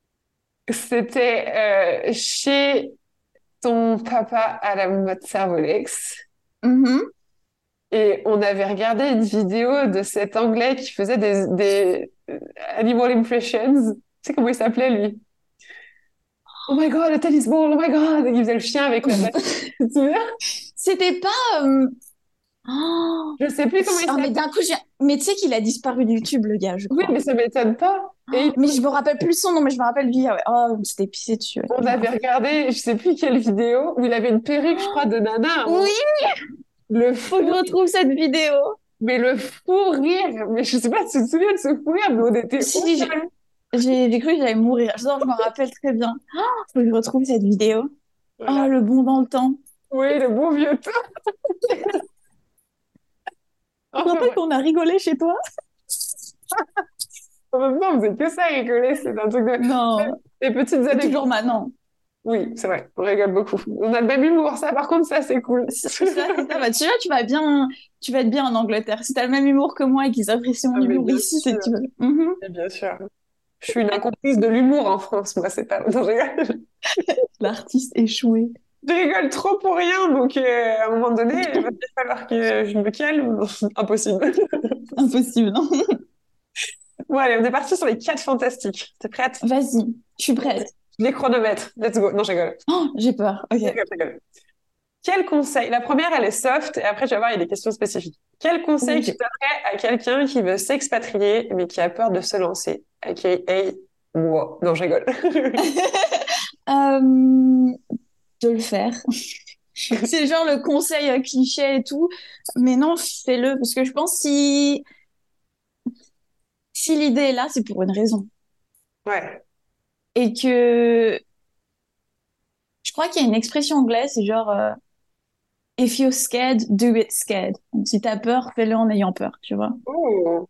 C'était chez ton papa à la mode Servolex. Mhm. Et on avait regardé une vidéo de cet Anglais qui faisait des animal impressions. Tu sais comment il s'appelait, lui? Oh my God, le tennis ball, oh my God! Et il faisait le chien avec la patte. Tu te souviens? C'était pas... Oh, Je sais plus comment il mais s'appelle. d'un coup, mais tu sais qu'il a disparu de YouTube, le gars, je Oui, crois. mais ça m'étonne pas. Et Oh, mais je me rappelle plus son nom, mais je me rappelle lui. Ah ouais. Oh, on s'était pissé dessus. Ouais. on Je me avait rappelle. regardé, je sais plus quelle vidéo, où il avait une perruque, je crois, de nana à un moment. Oui, Le faut que je fou, retrouve cette vidéo. mais le fou rire. Mais je sais pas si tu te souviens de ce fou rire, mais on était Si, où si, ça. j'ai cru que j'allais mourir. Je me rappelle très bien. Oh, faut que je retrouve cette vidéo. Oh, Voilà. le bon dans le temps. Oui, le bon vieux temps. Je me Enfin rappelle bref. qu'on a rigolé chez toi. En même temps, on faisait que ça rigoler. C'est un truc de... Non, Les petites et anecdotes. toujours maintenant. Oui, c'est vrai. On rigole beaucoup. On a le même humour, ça. Par contre, ça, c'est cool. Ça, c'est ça. Bah, tu vois, tu vas être bien en Angleterre. Si t'as le même humour que moi et qu'ils apprécient mon Ah, mais humour bien ici, c'est sûr. que tu veux. Mhm. Mais bien sûr. Je suis une incomprise de l'humour en France, moi, c'est pas... Non, je rigole. L'artiste échoué. Je rigole trop pour rien, donc à un moment donné, il va peut-être falloir que je me calme. Impossible. Impossible, non? Bon, allez, on est parti sur les 4 fantastiques. T'es prête? Vas-y, je suis prête. Les chronomètres. Let's go. Non, je rigole. Oh, j'ai peur. Ok. Je rigole. Quel conseil? La première, elle est soft, et après, tu vas voir, il y a des questions spécifiques. Quel conseil Oui, tu donnerais à quelqu'un qui veut s'expatrier, mais qui a peur de se lancer? AKA, moi. Non, je rigole. Euh, de le faire. C'est genre le conseil cliché et tout. Mais non, fais-le. Parce que je pense si l'idée est là, c'est pour une raison. Ouais. Et que je crois qu'il y a une expression anglaise, c'est genre if you're scared, do it scared. Donc, si t'as peur, fais-le en ayant peur, tu vois. Oh.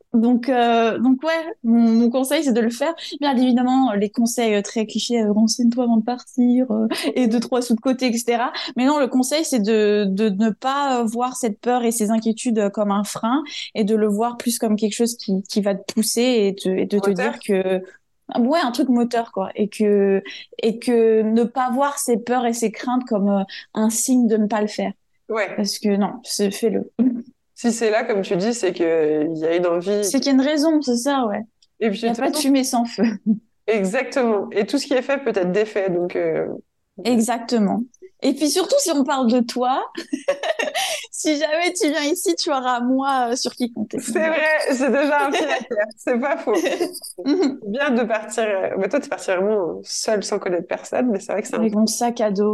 Donc ouais, mon conseil c'est de le faire. Bien évidemment, les conseils très clichés, renseigne-toi avant de partir et deux trois sous de côté, etc. Mais non, le conseil c'est de ne pas voir cette peur et ces inquiétudes comme un frein et de le voir plus comme quelque chose qui va te pousser et de te Moteur? dire que ouais, un truc moteur quoi, et que ne pas voir ces peurs et ces craintes comme un signe de ne pas le faire. Ouais. Parce que non, fais-le. Si c'est là, comme tu dis, c'est qu'il y a une envie. C'est qu'il y a une raison, c'est ça, ouais. Et puis, Il de n'y a toute pas de façon, fumée sans feu. exactement. Et tout ce qui est fait peut être défait. Donc, Exactement. Et puis surtout, si on parle de toi, si jamais tu viens ici, tu auras moi sur qui compter. c'est Donc voilà. vrai, j'ai déjà un pied à terre. C'est pas faux. Mhm. Bien de partir. Mais toi, tu es parti vraiment seul sans connaître personne, mais c'est vrai que c'est un Avec peu mon sac à dos.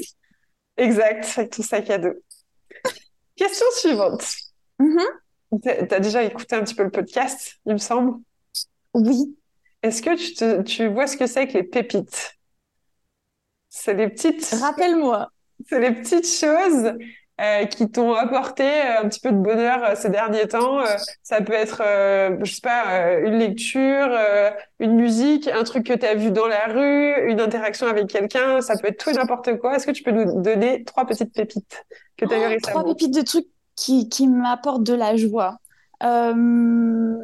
exact avec ton sac à dos. Question suivante. Mhm. T'as déjà écouté un petit peu le podcast, il me semble. Oui. Est-ce que tu vois ce que c'est que les pépites? C'est les petites Rappelle-moi. C'est les petites choses qui t'ont apporté un petit peu de bonheur ces derniers temps. Ça peut être, je sais pas, une lecture, une musique, un truc que tu as vu dans la rue, une interaction avec quelqu'un. Ça peut être tout et n'importe quoi. Est-ce que tu peux nous donner 3 petites pépites que tu as eues Oh, trois récemment? pépites de trucs qui m'apportent de la joie. Euh...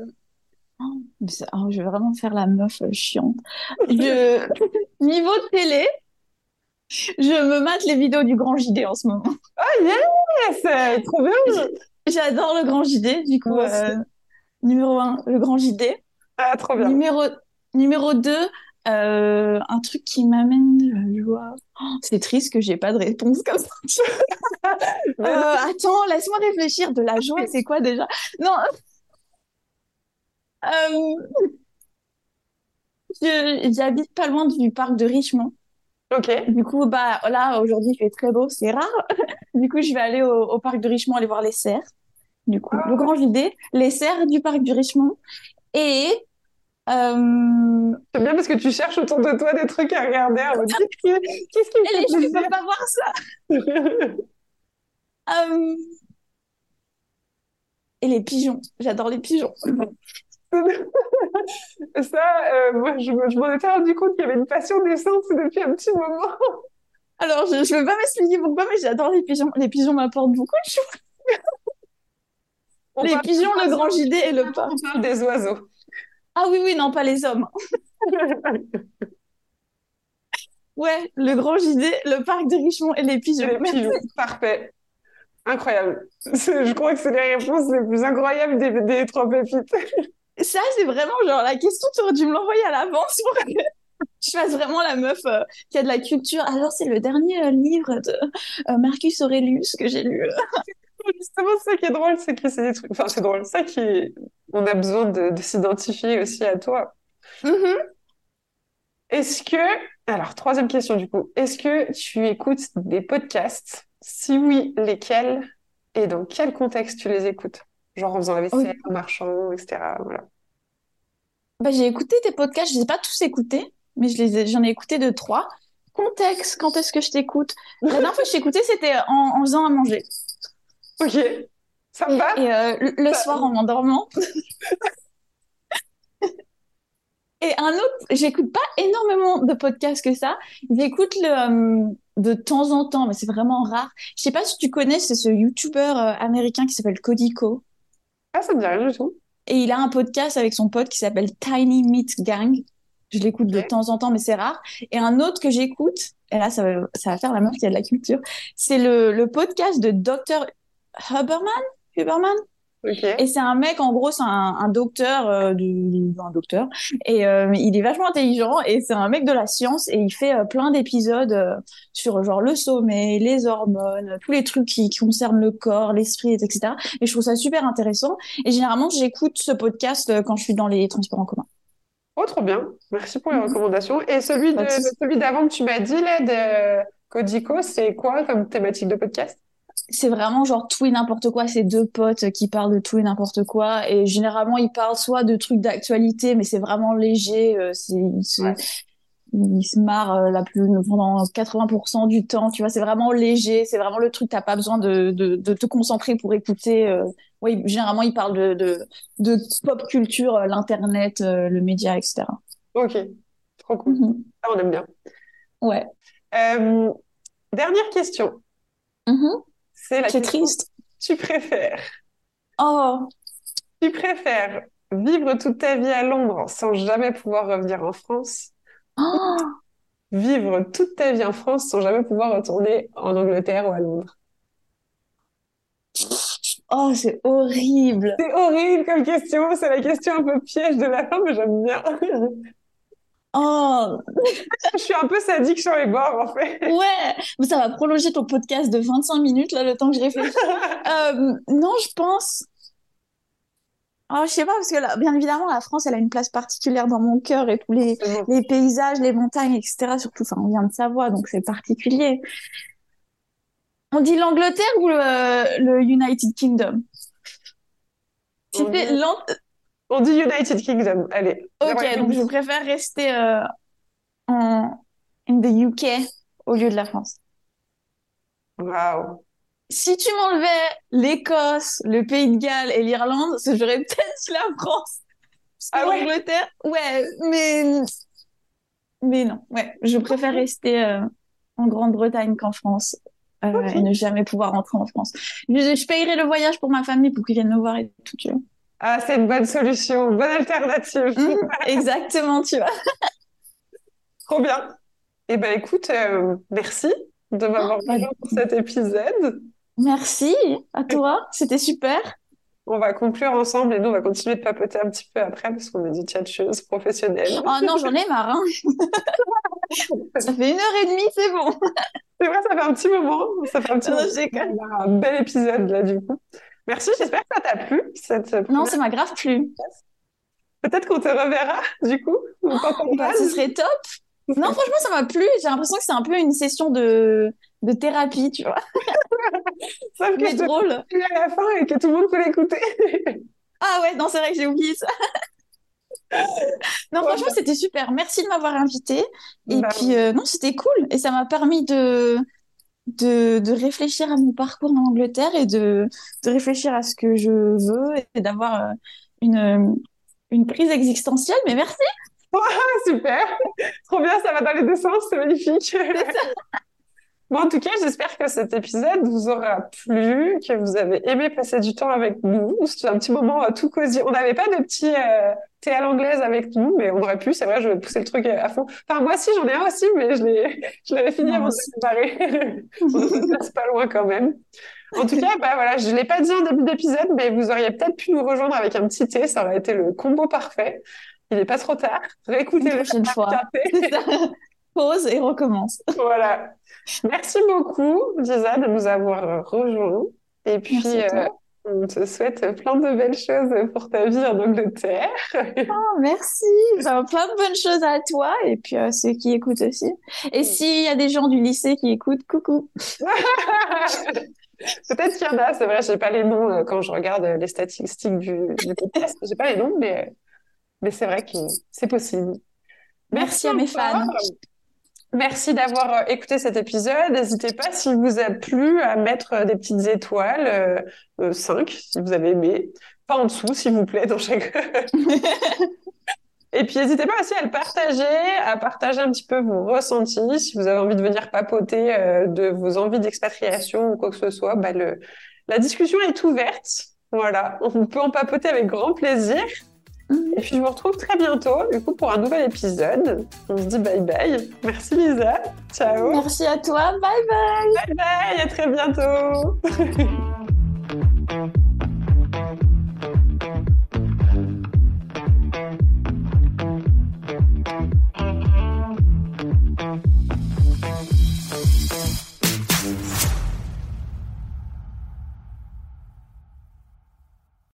je vais vraiment faire la meuf chiante. Je... Niveau télé, je me mate les vidéos du Grand JD en ce moment. Ah yes! Trop bien! J'adore le Grand JD, du coup, Moi aussi. numéro un, le Grand JD. Ah, trop bien. Numéro, numéro 2, un truc qui m'amène de la joie. Oh, c'est triste que j'ai pas de réponse comme ça. Mais non, Attends, laisse-moi réfléchir. De la joie, c'est quoi déjà? Non, euh, j'habite pas loin du parc de Richemont. ok. Du coup, bah là, aujourd'hui, il fait très beau, c'est rare. Du coup, je vais aller au parc de Richemont aller voir les cerfs. Du coup, le Ah, grand JD, les cerfs du parc du Richemont. Et euh, c'est bien parce que tu cherches autour de toi des trucs à regarder. En mode, qu'est-ce qui me et fait les gens, ils peuvent plaisir? pas voir ça. Euh, et les pigeons. J'adore les pigeons. Ça, moi, je m'en étais rendu compte qu'il y avait une passion naissante depuis un petit moment. Alors, je veux pas m'expliquer pourquoi, mais j'adore les pigeons. Les pigeons m'apportent beaucoup de choses. On Les parle pigeons, des le grand oiseaux, JD et le parc. on parle des oiseaux. Ah oui, oui, non, pas les hommes. Ouais, le grand JD, le parc de Richemont et les pigeons. Les Merci. pigeons, parfait, incroyable. Je crois que c'est les réponses les plus incroyables des 3 pépites. Ça, c'est vraiment genre la question, tu aurais dû me l'envoyer à l'avance pour que je fasse vraiment la meuf qui a de la culture. Alors, c'est le dernier livre de Marcus Aurelius que j'ai lu. Justement, c'est ça qui est drôle, c'est que c'est des trucs. Enfin, c'est drôle. Ça qui est... On a besoin de s'identifier aussi à toi. Mhm. Est-ce que... Alors, troisième question du coup. Est-ce que tu écoutes des podcasts? Si oui, lesquels? Et dans quel contexte tu les écoutes? Genre en faisant la vaisselle, Oh, en marchant, etc. Voilà. bah, j'ai écouté tes podcasts, je les ai pas tous écoutés, mais j'en ai écouté deux, trois. Contexte, quand est-ce que je t'écoute? La dernière fois que je t'écoutais, c'était en faisant à manger. Ok, ça me va. Et le Ça- soir en m'endormant. Et un autre, j'écoute pas énormément de podcasts que ça. J'écoute de temps en temps, mais c'est vraiment rare. Je sais pas si tu connais, c'est ce YouTuber américain qui s'appelle Codico. Ah, ça me dit rien du tout. Et il a un podcast avec son pote qui s'appelle Tiny Meat Gang. Je l'écoute de Ok. temps en temps, mais c'est rare. Et un autre que j'écoute, et là, ça va faire la meuf qui a de la culture, c'est le podcast de Dr. Huberman. Huberman. Et Ok. c'est un mec, en gros, c'est un docteur, un docteur, et il est vachement intelligent, et c'est un mec de la science, et il fait plein d'épisodes sur genre le sommeil, les hormones, tous les trucs qui concernent le corps, l'esprit, etc. Et je trouve ça super intéressant. Et généralement, j'écoute ce podcast quand je suis dans les transports en commun. Oh, trop bien. Merci pour les Mhm. recommandations. Et Pas de souci. celui d'avant que tu m'as dit, là, de Kojiko, c'est quoi comme thématique de podcast? C'est vraiment genre tout et n'importe quoi. C'est deux potes qui parlent de tout et n'importe quoi. Et généralement, ils parlent soit de trucs d'actualité, mais c'est vraiment léger. Ouais. Il se marre pendant 80% du temps, tu vois, c'est vraiment léger, c'est vraiment le truc, t'as pas besoin de te concentrer pour écouter. Oui, généralement, il parle de pop culture, l'internet, le média, etc. Ok. Trop cool. Mhm. Ah, on aime bien. Ouais. Euh, Dernière question. Mhm. C'est la C'est question, triste. tu préfères? Oh. Tu préfères vivre toute ta vie à Londres sans jamais pouvoir revenir en France? Oh, Vivre toute ta vie en France sans jamais pouvoir retourner en Angleterre ou à Londres? oh, c'est horrible. C'est horrible comme question. C'est la question un peu piège de la fin, mais j'aime bien. Oh, Je suis un peu sadique sur les bords, en fait. ouais. Mais ça va prolonger ton podcast de 25 minutes, là, le temps que je réfléchis. Non, je pense. Oh, je sais pas, parce que là, bien évidemment, la France, elle a une place particulière dans mon cœur et tous Forcément. les paysages, les montagnes, etc. Surtout, enfin, on vient de Savoie, donc c'est particulier. On dit l'Angleterre ou le United Kingdom? On C'était dit, on dit United Kingdom. Allez, le Ok, donc je Royaume-Uni. préfère rester en in the UK au lieu de la France. Waouh. Si tu m'enlevais l'Écosse, le Pays de Galles et l'Irlande, j'aurais peut-être dit la France. Parce que Ah ouais? l'Angleterre, ouais, mais non, ouais, je préfère rester en Grande-Bretagne qu'en France et Ok. ne jamais pouvoir rentrer en France. Je payerais le voyage pour ma famille pour qu'ils viennent me voir et tout, tu vois. Ah, c'est une bonne solution, bonne alternative. Exactement, tu vois. Trop bien. Eh ben, écoute, merci de Oh, m'avoir bah, rejoint pour cet épisode. merci à toi, c'était super. On va conclure ensemble et nous, on va continuer de papoter un petit peu après parce qu'on est des tchatcheuses professionnelles. Oh non, j'en ai marre, hein. Ça fait 1 heure et demie, c'est bon. C'est vrai, ça fait un petit moment. Ça fait un petit Non, moment. je déconne. On a un bel épisode là, du coup. Merci, j'espère que ça t'a plu, cette Non, première ça m'a grave plu. podcast. Peut-être qu'on te reverra, du coup, on Bah, ce t'entendra. serait top. Non, franchement, ça m'a plu. J'ai l'impression que c'est un peu une session de thérapie, tu vois. Sauf que je Mais te drôle. dis à la fin et que tout le monde peut l'écouter. Ah ouais, non, c'est vrai que j'ai oublié ça. Non, franchement, c'était super. Merci de m'avoir invitée. Et Bah, puis, non, c'était cool. Et ça m'a permis de réfléchir à mon parcours en Angleterre et de réfléchir à ce que je veux et d'avoir une prise existentielle. Mais merci. super, trop bien, ça va dans les deux sens, c'est magnifique. C'est ça. Bon, en tout cas, j'espère que cet épisode vous aura plu, que vous avez aimé passer du temps avec nous. C'était un petit moment tout cosy. On n'avait pas de petit thé à l'anglaise avec nous, mais on aurait pu. C'est vrai, je vais pousser le truc à fond. Enfin, moi aussi, j'en ai un aussi, mais je l'avais fini Non, avant de c'est- le préparer. On en place pas loin quand même. En tout cas, bah voilà, je l'ai pas dit en début d'épisode, mais vous auriez peut-être pu nous rejoindre avec un petit thé. Ça aurait été le combo parfait. Il n'est pas trop tard. Une Réécoutez-le prochaine avec fois. un thé. C'est ça. Pause et recommence. Voilà. Merci beaucoup, Lisa, de nous avoir rejoints. Et puis, Merci à toi. on te souhaite plein de belles choses pour ta vie en Angleterre. Oh, merci. Ben, plein de bonnes choses à toi et puis ceux qui écoutent aussi. Et s'il y a des gens du lycée qui écoutent, coucou. Peut-être qu'il y en a, c'est vrai, j'ai pas les noms quand je regarde les statistiques du podcast. J'ai pas les noms, mais c'est vrai que c'est possible. Merci Merci à mes encore. fans. Merci d'avoir écouté cet épisode. N'hésitez pas, si vous a plu, à mettre des petites étoiles, 5 si vous avez aimé. Pas en dessous, s'il vous plaît, dans chaque... Et puis, n'hésitez pas aussi à partager un petit peu vos ressentis. Si vous avez envie de venir papoter de vos envies d'expatriation ou quoi que ce soit, bah, la discussion est ouverte. Voilà, on peut en papoter avec grand plaisir. Et puis, je vous retrouve très bientôt, du coup, pour un nouvel épisode. On se dit bye bye. Merci Lisa. Ciao. Merci à toi. Bye bye. Bye bye, à très bientôt.